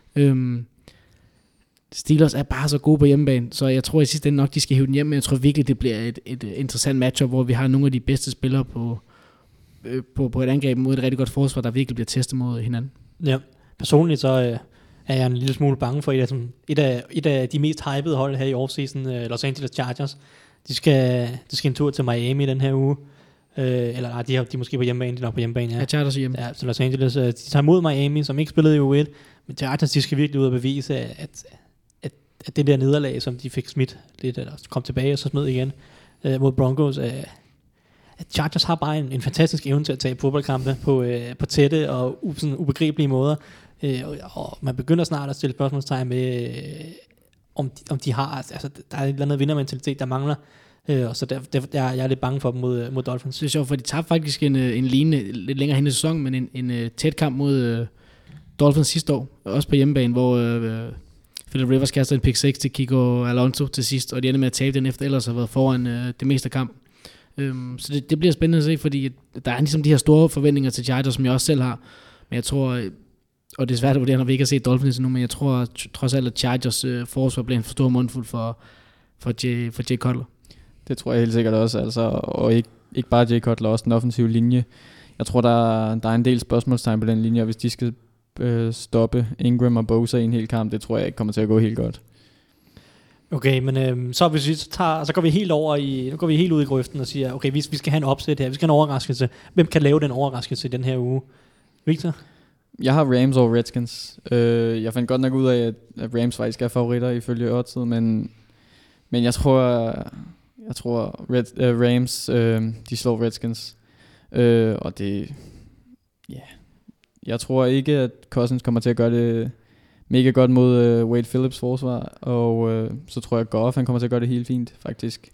Steelers er bare så gode på hjemmebane, så jeg tror i sidste ende nok, de skal hive den hjem, men jeg tror virkelig, det bliver et interessant matchup, hvor vi har nogle af de bedste spillere på et angreb mod et rigtig godt forsvar, der virkelig bliver testet mod hinanden. Ja, personligt så er jeg en lille smule bange for et af de mest hypede hold her i offseason, Los Angeles Chargers. De skal en tur til Miami den her uge. Eller nej, de er måske på hjemmebane, de er nok på hjemmebane, ja. Ja, Chargers hjemme. Ja, så Los Angeles, de tager mod Miami, som ikke spillede i U1, men Chargers, de skal virkelig ud og bevise, at det der nederlag, som de fik smidt lidt, eller kom tilbage og så smed igen mod Broncos, at Chargers har bare en fantastisk evne til at tage fodboldkampe på tætte og sådan ubegribelige måder, og man begynder snart at stille spørgsmålstegn med, om de har, altså der er et eller andet vindermentalitet, der mangler. Så jeg er lidt bange for dem mod Dolphins. Det er sjovt, for de tabte faktisk en lignende lidt længere hen i sæsonen, men en tæt kamp mod Dolphins sidste år, også på hjemmebane, hvor Philip Rivers kaster en pick 6 til Kiko Alonso til sidst, og de ender med at tabe den efter ellers har været foran det meste af kampen. Så det bliver spændende at se, fordi der er ligesom de her store forventninger til Chargers, som jeg også selv har, men jeg tror, og det er svært at vurdere, når vi ikke har set Dolphins endnu, men jeg tror trods alt, at Chargers forsvar bliver en for stor mundfuld for Jay Cutler. Det tror jeg helt sikkert også, altså, og ikke bare Jay Cutler, også den offensive linje. Jeg tror, der er en del spørgsmålstegn på den linje, og hvis de skal stoppe Ingram og Bosa i en hel kamp, det tror jeg ikke kommer til at gå helt godt. Okay, men så hvis vi så går vi helt nu går vi helt ud i grøften og siger, okay, vi skal have en opsæt her, vi skal have en overraskelse. Hvem kan lave den overraskelse i den her uge? Victor? Jeg har Rams over Redskins. Jeg fandt godt nok ud af, at Rams faktisk er favoritter ifølge oddset, men jeg tror Rams, de slår Redskins. Og det, ja, jeg tror ikke, at Cousins kommer til at gøre det mega godt mod Wade Phillips forsvar, og så tror jeg, Goff han kommer til at gøre det helt fint, faktisk.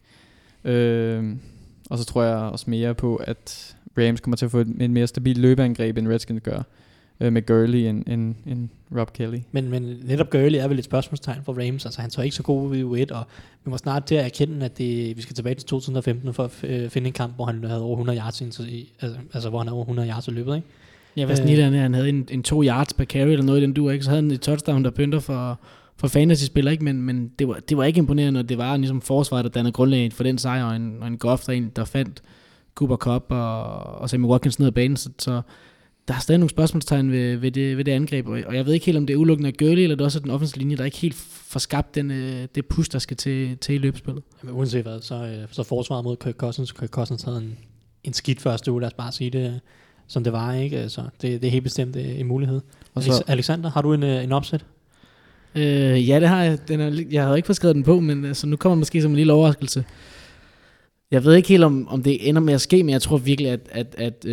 Og så tror jeg også mere på, at Rams kommer til at få et mere stabilt løbeangreb, end Redskins gør, med Gurley end Rob Kelly. Men netop Gurley er vel et spørgsmålstegn for Rams, altså han så ikke så god ud i U1, og vi må snart til at erkende, at vi skal tilbage til 2015 for at finde en kamp, hvor han havde over 100 yards altså hvor han havde over 100 yards i løbet, ikke? Ja, hvad snitterne, han havde en 2 yards per carry eller noget i den duer, ikke? Så havde han et touchdown, der pynter for fantasy-spillere, ikke? Men det var ikke imponerende, og det var ligesom forsvaret, der dannede grundlag for den sejr, og en Goff, der fandt Cooper Kupp og Sammy Watkins ned ad banen, så der er stadig nogle spørgsmålstegn ved det angreb, og jeg ved ikke helt, om det er udelukkende af Gurley, eller det er også den offensive linje, der ikke helt får skabt det push, der skal til i løbespillet. Jamen, uanset hvad, så forsvaret mod Kirk Cousins havde en skidt første uge, lad os bare sige det, som det var, ikke? Så det er helt bestemt en mulighed. Og så, Alexander, har du en opsæt? Ja, det har jeg. Jeg havde ikke fået skrevet den på, men så nu kommer den måske som en lille overraskelse. Jeg ved ikke helt, om det ender med at ske, men jeg tror virkelig, at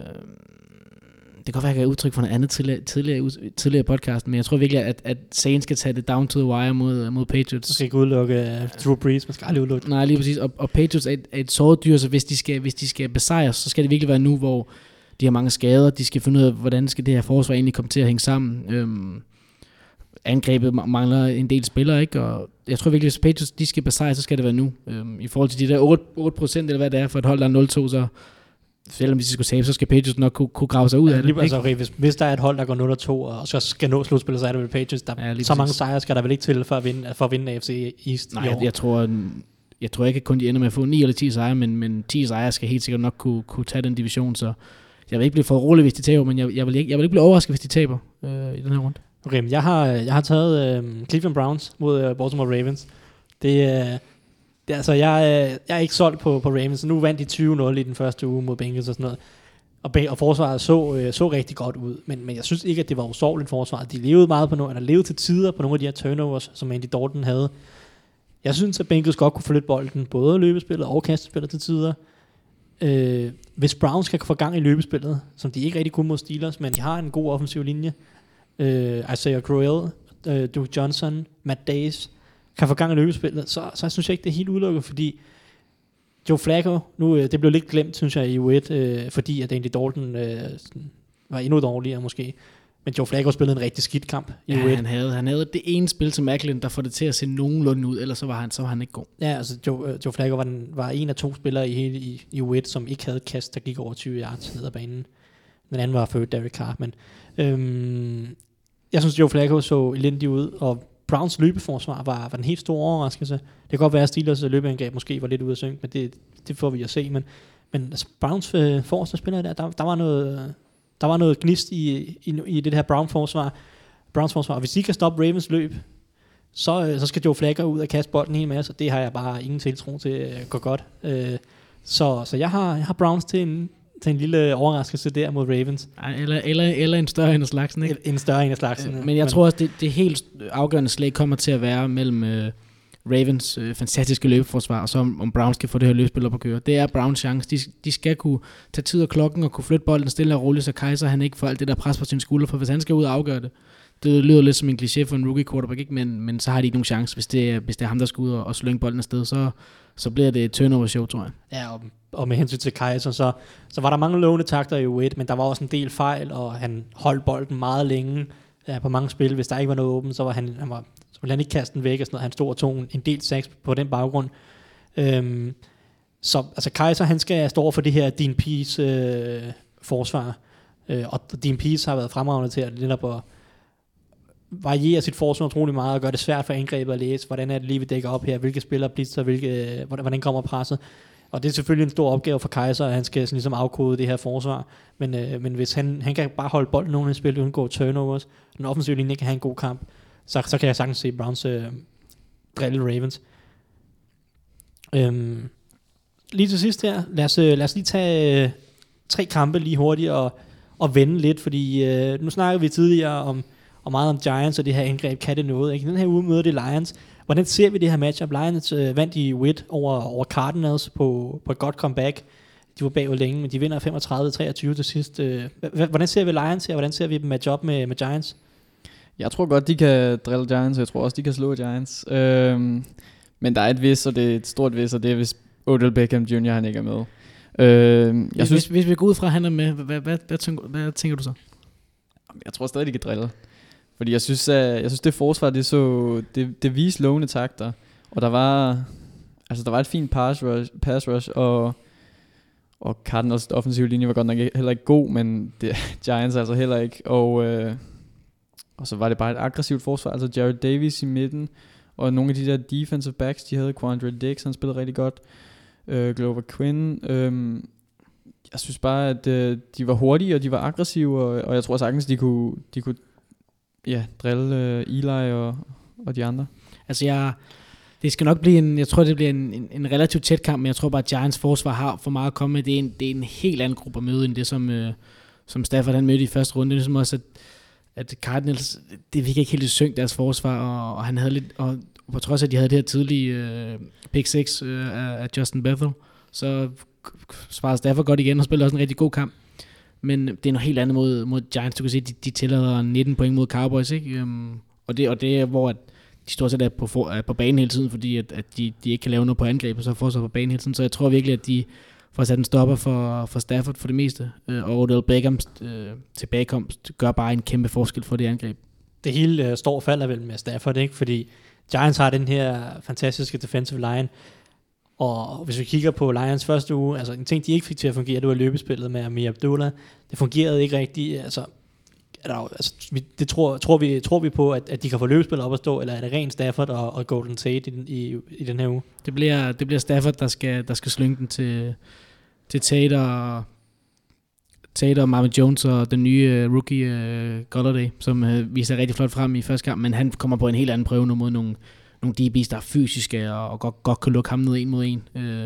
det kan godt være, at jeg kan udtrykke for noget andet tidligere podcast, men jeg tror virkelig, at Saints skal tage det down to the wire mod Patriots. Du skal ikke udelukke Drew Brees, man skal aldrig udelukke. Nej, lige præcis. Og Patriots er et såret dyr, så hvis de skal besejres, så skal det virkelig være nu, hvor de har mange skader. De skal finde ud af, hvordan skal det her forsvar egentlig komme til at hænge sammen. Angrebet mangler en del spillere, ikke? Og jeg tror virkelig, hvis Patriots de skal besejres, så skal det være nu. I forhold til de der 8% eller hvad det er for et hold, der er 0-2, så selvom hvis de skulle tabe, så skal Patriots nok kunne grave sig ud af det. Altså, hvis der er et hold, der går 0-2, og så skal nå slutspillet, så er det vel Patriots. Så mange sejre skal der vel ikke til for at vinde AFC East. Nej, jeg tror ikke, at kun de ender med at få 9 eller 10 sejre, men 10 sejre skal helt sikkert nok kunne tage den division, så jeg vil ikke blive for rolig, hvis de taber, men jeg vil ikke blive overrasket, hvis de taber i den her runde. Okay, jeg har taget Cleveland Browns mod Baltimore Ravens. Altså, jeg er ikke solgt på Ravens. Nu vandt de 20-0 i den første uge mod Bengals og sådan noget. Og forsvaret så rigtig godt ud. Men jeg synes ikke, at det var usårligt forsvaret. De levede meget på noget, eller levede til tider på nogle af de her turnovers, som Andy Dalton havde. Jeg synes, at Bengals godt kunne flytte bolden, både løbespillet og kastespillet til tider. Hvis Browns kan få gang i løbespillet, som de ikke rigtig kunne mod Steelers, men de har en god offensiv linje. Isaiah Crowell, Duke Johnson, Matt Days kan få gang i løbespillet, så synes jeg ikke, det er helt udelukket, fordi Joe Flacco, nu det blev lidt glemt, synes jeg, i U1, fordi at Andy Dalton var endnu dårligere måske, men Joe Flacco spillede en rigtig skidt kamp i U1. Han havde det ene spil til Macklin, der får det til at se nogenlunde ud, ellers så var han ikke god. Ja, altså Joe Flacco var en af 2 spillere i U1, som ikke havde et kast, der gik over 20 yards ned ad banen. Den anden var født Derek Carr, men jeg synes, Joe Flacco så elendig ud, og Browns løbeforsvar var den helt store overraskelse. Det kan godt være, at Steelers løbeangreb måske var lidt ude af synk, men det får vi at se. Men altså, Browns forsvarsspillere der var noget gnist i det her Browns forsvar. Hvis de kan stoppe Ravens løb, så skal Joe Flacco ud og kaste bolden en hel masse, og det har jeg bare ingen tiltro til at gå godt. Så jeg har Browns til en lille overraskelse der mod Ravens. Eller en større en af slagsen, ikke? En større en af slagsen. Men jeg tror også, det helt afgørende slag kommer til at være mellem Ravens fantastiske løbeforsvar, og så om Browns kan få det her løbespil op at køre. Det er Browns chance. De skal kunne tage tid af klokken og kunne flytte bolden stille og roligt, så Kaiser han ikke får alt det der pres på sine skuldre, for hvis han skal ud og afgøre det. Det lyder lidt som en kliché for en rookie quarterback, ikke? Men så har de ikke nogen chance, hvis det er ham, der skal ud og slynge bolden afsted, så bliver det et turnover-show, tror jeg. Ja, og med hensyn til Kaiser, så var der mange lovende takter i U1, men der var også en del fejl, og han holdt bolden meget længe på mange spil. Hvis der ikke var noget åbent, så ville han ikke kaste den væk, og sådan noget. Han stod og tog en del sacks på den baggrund. Så altså Kaiser, han skal stå for det her Dean Pease forsvar, og Dean Pease har været fremragende til at variere sit forsvar utrolig meget og gøre det svært for angrebet at læse, hvordan er det lige, vi dækker op her, hvilke spillere blitzer, hvordan kommer presset. Og det er selvfølgelig en stor opgave for Kaiser, at han skal sådan ligesom afkode det her forsvar. Men hvis han kan bare holde bolden nogen i spil, undgå turnovers, den offensive linje kan have en god kamp, så kan jeg sagtens se Browns drille Ravens. Lige til sidst her, lad os lige tage 3 kampe lige hurtigt og vende lidt, fordi nu snakker vi tidligere og meget om Giants og det her angreb, kan det noget, ikke? Den her uge møder det Lions. Hvordan ser vi det her matchup? Lions vandt i U1 over Cardinals på et godt comeback. De var bagud længe, men de vinder 35-23 til sidst. Hvordan ser vi Lions her? Hvordan ser vi dem match up med Giants? Jeg tror godt, de kan drille Giants, og jeg tror også, de kan slå Giants. Men der er et vis, og det er et stort vis, og det er, hvis Odell Beckham Jr. han ikke er med. Hvis vi går ud fra, at han er med, hvad tænker du så? Jeg tror stadig, de kan drille. Fordi jeg synes det forsvar, det viste lovende takter, og der var et fint pass rush, og Cardinals offensive linje var godt nok heller ikke god, men Giants altså heller ikke, og så var det bare et aggressivt forsvar, altså Jared Davis i midten, og nogle af de der defensive backs, de havde Quandre Diggs, han spillede rigtig godt, Glover Quinn, Jeg synes bare, at de var hurtige, og de var aggressive, og jeg tror sagtens, de kunne drille Eli og de andre. Altså det skal nok blive jeg tror det bliver en relativt tæt kamp, men jeg tror bare at Giants forsvar har for meget at komme med. Det er en helt anden gruppe at møde end det som Stafford han mødte i første runde. Det er ligesom også at Cardinals det fik ikke helt i synk deres forsvar, og han havde lidt, og på trods af at de havde det her tidlige pick 6 af Justin Bethel, så svarede Stafford godt igen og spillede også en rigtig god kamp. Men det er noget helt andet mod Giants. Du kan se de tillader 19 point mod Cowboys, ikke? Og det er hvor at de stort set er på banen hele tiden, fordi at de ikke kan lave noget på angreb, og så får sig på banen hele tiden. Så jeg tror virkelig, at de får sat en stopper for Stafford for det meste. Og Odell Beckhams tilbagekomst gør bare en kæmpe forskel for det angreb. Det hele står og falder vel med Stafford, ikke? Fordi Giants har den her fantastiske defensive line, og hvis vi kigger på Lions første uge, altså en ting, de ikke fik til at fungere, det var løbespillet med Amir Abdullah. Det fungerede ikke rigtigt, det tror vi på, at de kan få løbespillet op at stå, eller er det rent Stafford og Golden Tate i den her uge? Det bliver Stafford, der skal slynge den til Tate og Marvin Jones og den nye rookie Golladay, som viser rigtig flot frem i første kamp, men han kommer på en helt anden prøve nu mod nogle DB's, der er fysiske og godt kan lukke ham ned 1 mod 1.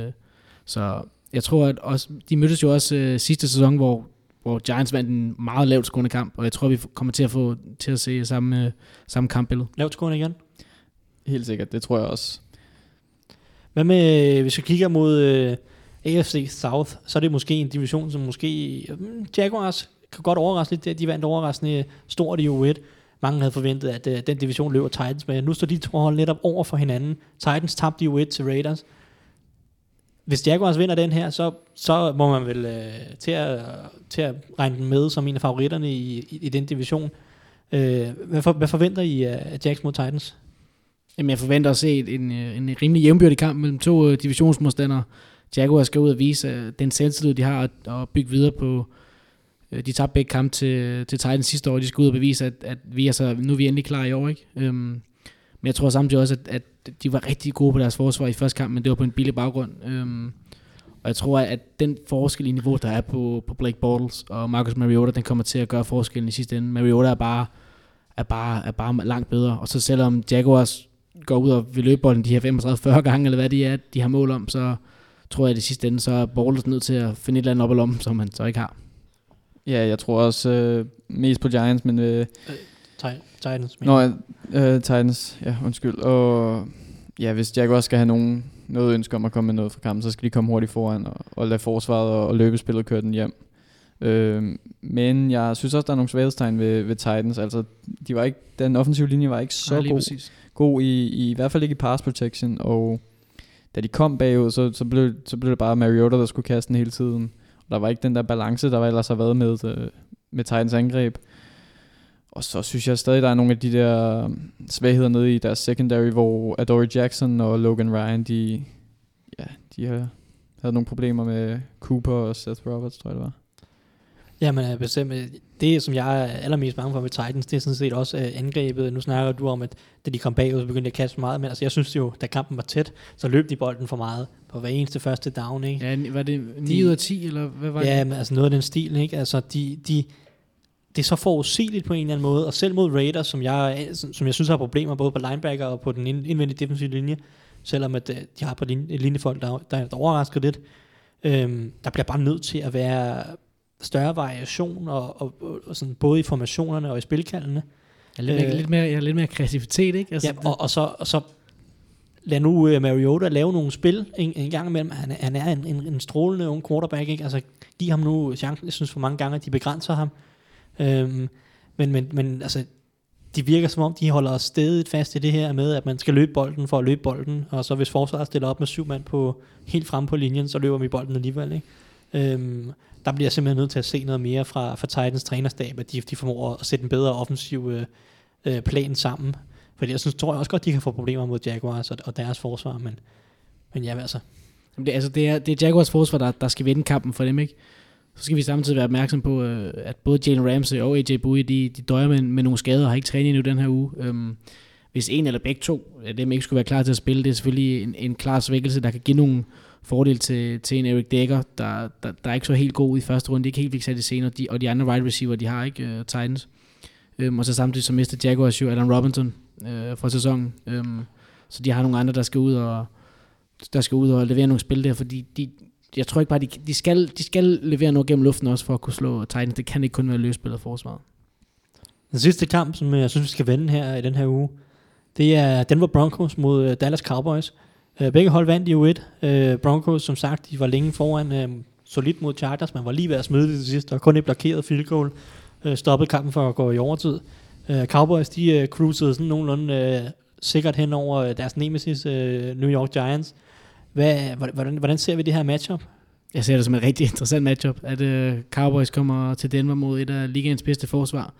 Så jeg tror, at også, de mødtes jo også sidste sæson, hvor Giants vandt en meget lavt skårende kamp, og jeg tror, vi kommer til at se samme kampbillede. Lavt skårende igen? Helt sikkert, det tror jeg også. Hvad med, hvis vi kigger mod AFC South, så er det måske en division, som måske Jaguars kan godt overraske lidt. De vandt overraskende stort i U1. Mange havde forventet, at den division løber Titans med. Nu står de to hold netop over for hinanden. Titans tabte i U1 til Raiders. Hvis Jaguars vinder den her, så må man vel til at regne den med som en af favoritterne i den division. Hvad forventer I af Jags mod Titans? Jamen, jeg forventer at se en rimelig jævnbyrdig kamp mellem to divisionsmodstandere. Jaguars skal ud og vise den selvtillid, de har, og bygge videre på. De tabte begge kampe til Titans sidste år, de skal ud og bevise, at nu er vi endelig klar i år, ikke? Men jeg tror samtidig også, at de var rigtig gode på deres forsvar i første kamp, men det var på en billig baggrund. Og jeg tror, at den forskel i niveau, der er på Blake Bortles og Marcus Mariota, den kommer til at gøre forskellen i sidste ende. Mariota er bare langt bedre. Og så selvom Jaguars går ud og vil løbe bolden de her 35-40 gange, eller hvad de har mål om, så tror jeg, at i sidste ende, så er Bortles nødt til at finde et eller andet op i lommen, som han så ikke har. Ja, jeg tror også mest på Giants, men... Titans. Titans, ja, undskyld. Og ja, hvis Jaguars skal have noget ønske om at komme med noget fra kampen, så skal de komme hurtigt foran og lade forsvaret og løbespillet køre den hjem. Men jeg synes også, der er nogle svaghedstegn ved Titans. Altså, den offensive linje var ikke så god i hvert fald ikke i pass protection, og da de kom bagud, så blev det bare Mariota, der skulle kaste den hele tiden. Og der var ikke den der balance, der ellers har været med Titans angreb. Og så synes jeg stadig, der er nogle af de der svagheder nede i deres secondary, hvor Adoree Jackson og Logan Ryan, de havde nogle problemer med Cooper og Seth Roberts, tror jeg det var. Jamen bestemt. Det, som jeg er allermest bange for med Titans, det er sådan set også angrebet. Nu snakker du om, at da de kom bagud, så begyndte de at kaste meget. Men altså, jeg synes jo, da kampen var tæt, så løb de bolden for meget på hver eneste første down, ikke? Ja, var det 9 ud af 10, eller hvad var det? Ja, men altså noget af den stil, ikke? Altså, det er så forudsigeligt på en eller anden måde, og selv mod Raiders, som jeg synes har problemer både på linebacker og på den indvendige defensive linje, selvom at de har på linjefolk, der overrasker lidt, der bliver bare nødt til at være større variation, og sådan både i formationerne og i spilkaldene. Lidt mere kreativitet, ikke? Altså, ja, og så lad nu Mariota lave nogle spil en gang imellem. Han er en strålende ung quarterback, ikke? Altså, giv ham nu chancen. Jeg synes for mange gange, at de begrænser ham. Men altså, de virker som om, de holder stedigt fast i det her med, at man skal løbe bolden for at løbe bolden, og så hvis forsvaret stiller op med 7 mand helt frem på linjen, så løber vi bolden alligevel, ikke? Der bliver jeg simpelthen nødt til at se noget mere fra Titans trænerstab, at de formår at sætte en bedre offensiv plan sammen. Fordi tror jeg også godt, de kan få problemer mod Jaguars og deres forsvar, men ja, altså. Det er Jaguars forsvar, der skal vinde kampen for dem, ikke? Så skal vi samtidig være opmærksom på, at både Jalen Ramsey og AJ Bouye, de døjer med nogle skader og har ikke trænet endnu den her uge. Hvis en eller begge to af dem ikke skulle være klar til at spille, det er selvfølgelig en klar svækkelse, der kan give fordel til en Eric Decker, der er ikke så helt god i første runde, ikke helt fik sat i scenen, og de andre wide receiver, de har ikke Titans. Og så samtidig så mister Jaguars jo Allen Robinson fra sæsonen. Så de har nogle andre, der skal ud og levere nogle spil der, fordi jeg tror ikke bare, de skal levere noget gennem luften også for at kunne slå Titans. Det kan ikke kun være løsspillet af forsvaret. Den sidste kamp, som jeg synes, vi skal vende her i den her uge, det er Denver Broncos mod Dallas Cowboys. Begge hold vandt i U1. Broncos, som sagt, de var længe foran solidt mod Chargers. Man var lige ved at smide det til sidst, og kun et blokeret field goal stoppede kampen for at gå i overtid. Cowboys, de cruisede sådan nogenlunde sikkert hen over deres nemesis New York Giants. Hvordan ser vi det her matchup? Jeg ser det som et rigtig interessant matchup, at Cowboys kommer til Denver mod et af ligaens bedste forsvar.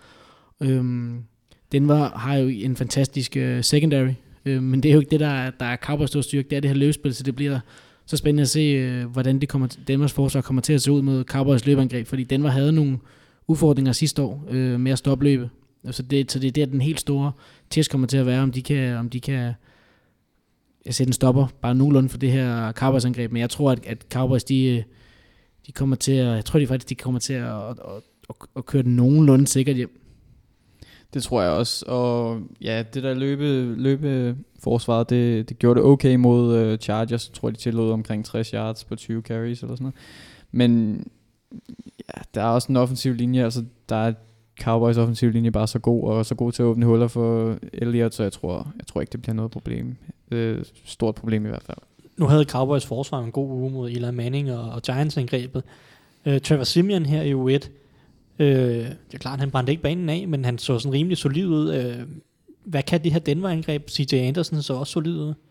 Denver har jo en fantastisk secondary, men det er jo ikke det, der er Cowboys store styrke, det er det her løbespil, så det bliver så spændende at se, hvordan Denvers forsvar kommer til at se ud mod Cowboys løbeangreb, fordi Denver havde nogle udfordringer sidste år med at stoppe løbet. Så det er der, den helt store test kommer til at være, om de kan sætte en stopper bare nogenlunde for det her Cowboys-angreb, men jeg tror, at Cowboys, de kommer til at, jeg tror de faktisk, de kommer til at køre den nogenlunde sikkert hjem. Det tror jeg også, og ja, det der løbeforsvaret, det gjorde det okay mod Chargers. Jeg tror, de tillod omkring 60 yards på 20 carries eller sådan noget. Men ja, der er også en offensiv linje, altså der er Cowboys offensiv linje bare så god, og så god til at åbne huller for Elliott, så jeg tror ikke, det bliver noget problem. Stort problem i hvert fald. Nu havde Cowboys forsvar en god uge mod Eli Manning og Giants-angrebet. Trevor Siemian her i U1, det er klart, han brændte ikke banen af, men han så sådan rimelig solid ud. Hvad kan det her Denver-angreb? CJ Anderson så også solid ud?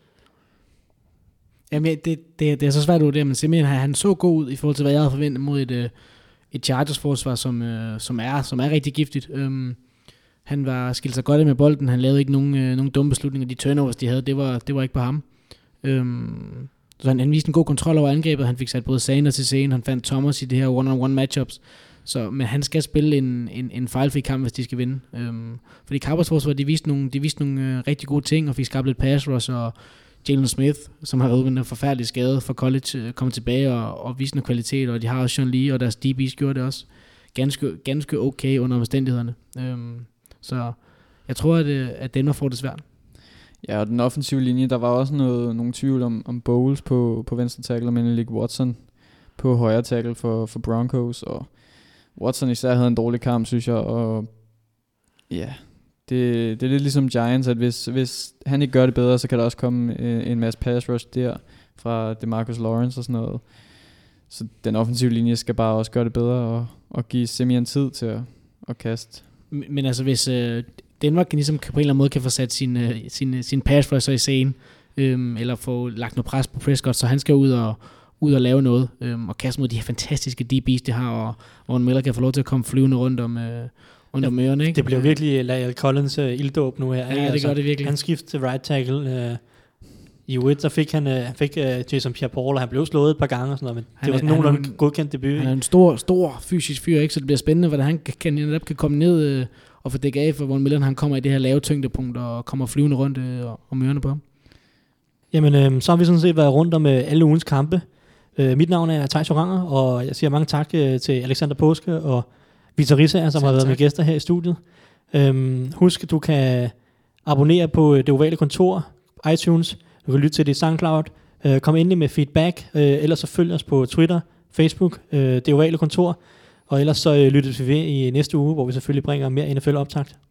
Jamen, det er så svært ud det, men Siemian han så god ud i forhold til, hvad jeg havde forventet mod et Chargers-forsvar, som er rigtig giftigt. Han var skilt sig godt af med bolden, han lavede ikke nogen dumme beslutninger. De turnovers, de havde, det var ikke på ham. Så han viste en god kontrol over angrebet, han fik sat både Sanders til scenen, han fandt Thomas i det her one-on-one matchups. Men han skal spille en fejlfri kamp, hvis de skal vinde. Fordi Cowboys forsvar, de viste nogle rigtig gode ting, og fik skabt lidt pass rush, og Jalen Smith, som har været en forfærdelig skade for college, kom tilbage og viste noget kvalitet, og de har også Sean Lee, og deres DB's gjorde det også ganske okay under omstændighederne. Så jeg tror, at Denver får det svært. Ja, og den offensive linje, der var også nogle tvivl om Bowles på venstre tackle, og Menelik Watson på højre tackle for Broncos, og Watson især havde en dårlig kamp, synes jeg, og ja, det er lidt ligesom Giants, at hvis han ikke gør det bedre, så kan der også komme en masse pass rush der fra DeMarcus Lawrence og sådan noget. Så den offensive linje skal bare også gøre det bedre og give Siemian tid til at kaste. Men altså hvis Denver kan ligesom på en eller anden måde kan få sat sin pass rusher i scenen, eller få lagt noget pres på Prescott, så han skal ud og lave noget, og kaste mod de her fantastiske DB's, de har, og Von Miller kan få lov til at komme flyvende rundt om ørerne, ikke? Det bliver virkelig La'el Collins ilddåb nu her. Ja, det gør det virkelig. Han skiftede til right tackle. I U1, så fik han Jason Pierre-Paul, og han blev slået et par gange og sådan noget, men det var sådan nogenlunde godkendt debut. Han er en stor fysisk fyr, ikke? Så det bliver spændende, hvordan han kan komme ned og få dækket af for Von Miller, han kommer i det her lave tyngdepunkt og kommer flyvende rundt om ørerne på ham. Jamen, så har vi sådan set været rundt om alle ugens kampe. Mit navn er Thijs Oranger, og jeg siger mange tak til Alexander Påske og Victor Rissager, som har været med gæster her i studiet. Husk, du kan abonnere på Det Ovale Kontor, iTunes, du kan lytte til det i SoundCloud. Kom endelig med feedback, ellers så følg os på Twitter, Facebook, Det Ovale Kontor, og ellers så lyttes vi ved i næste uge, hvor vi selvfølgelig bringer mere NFL-optakt.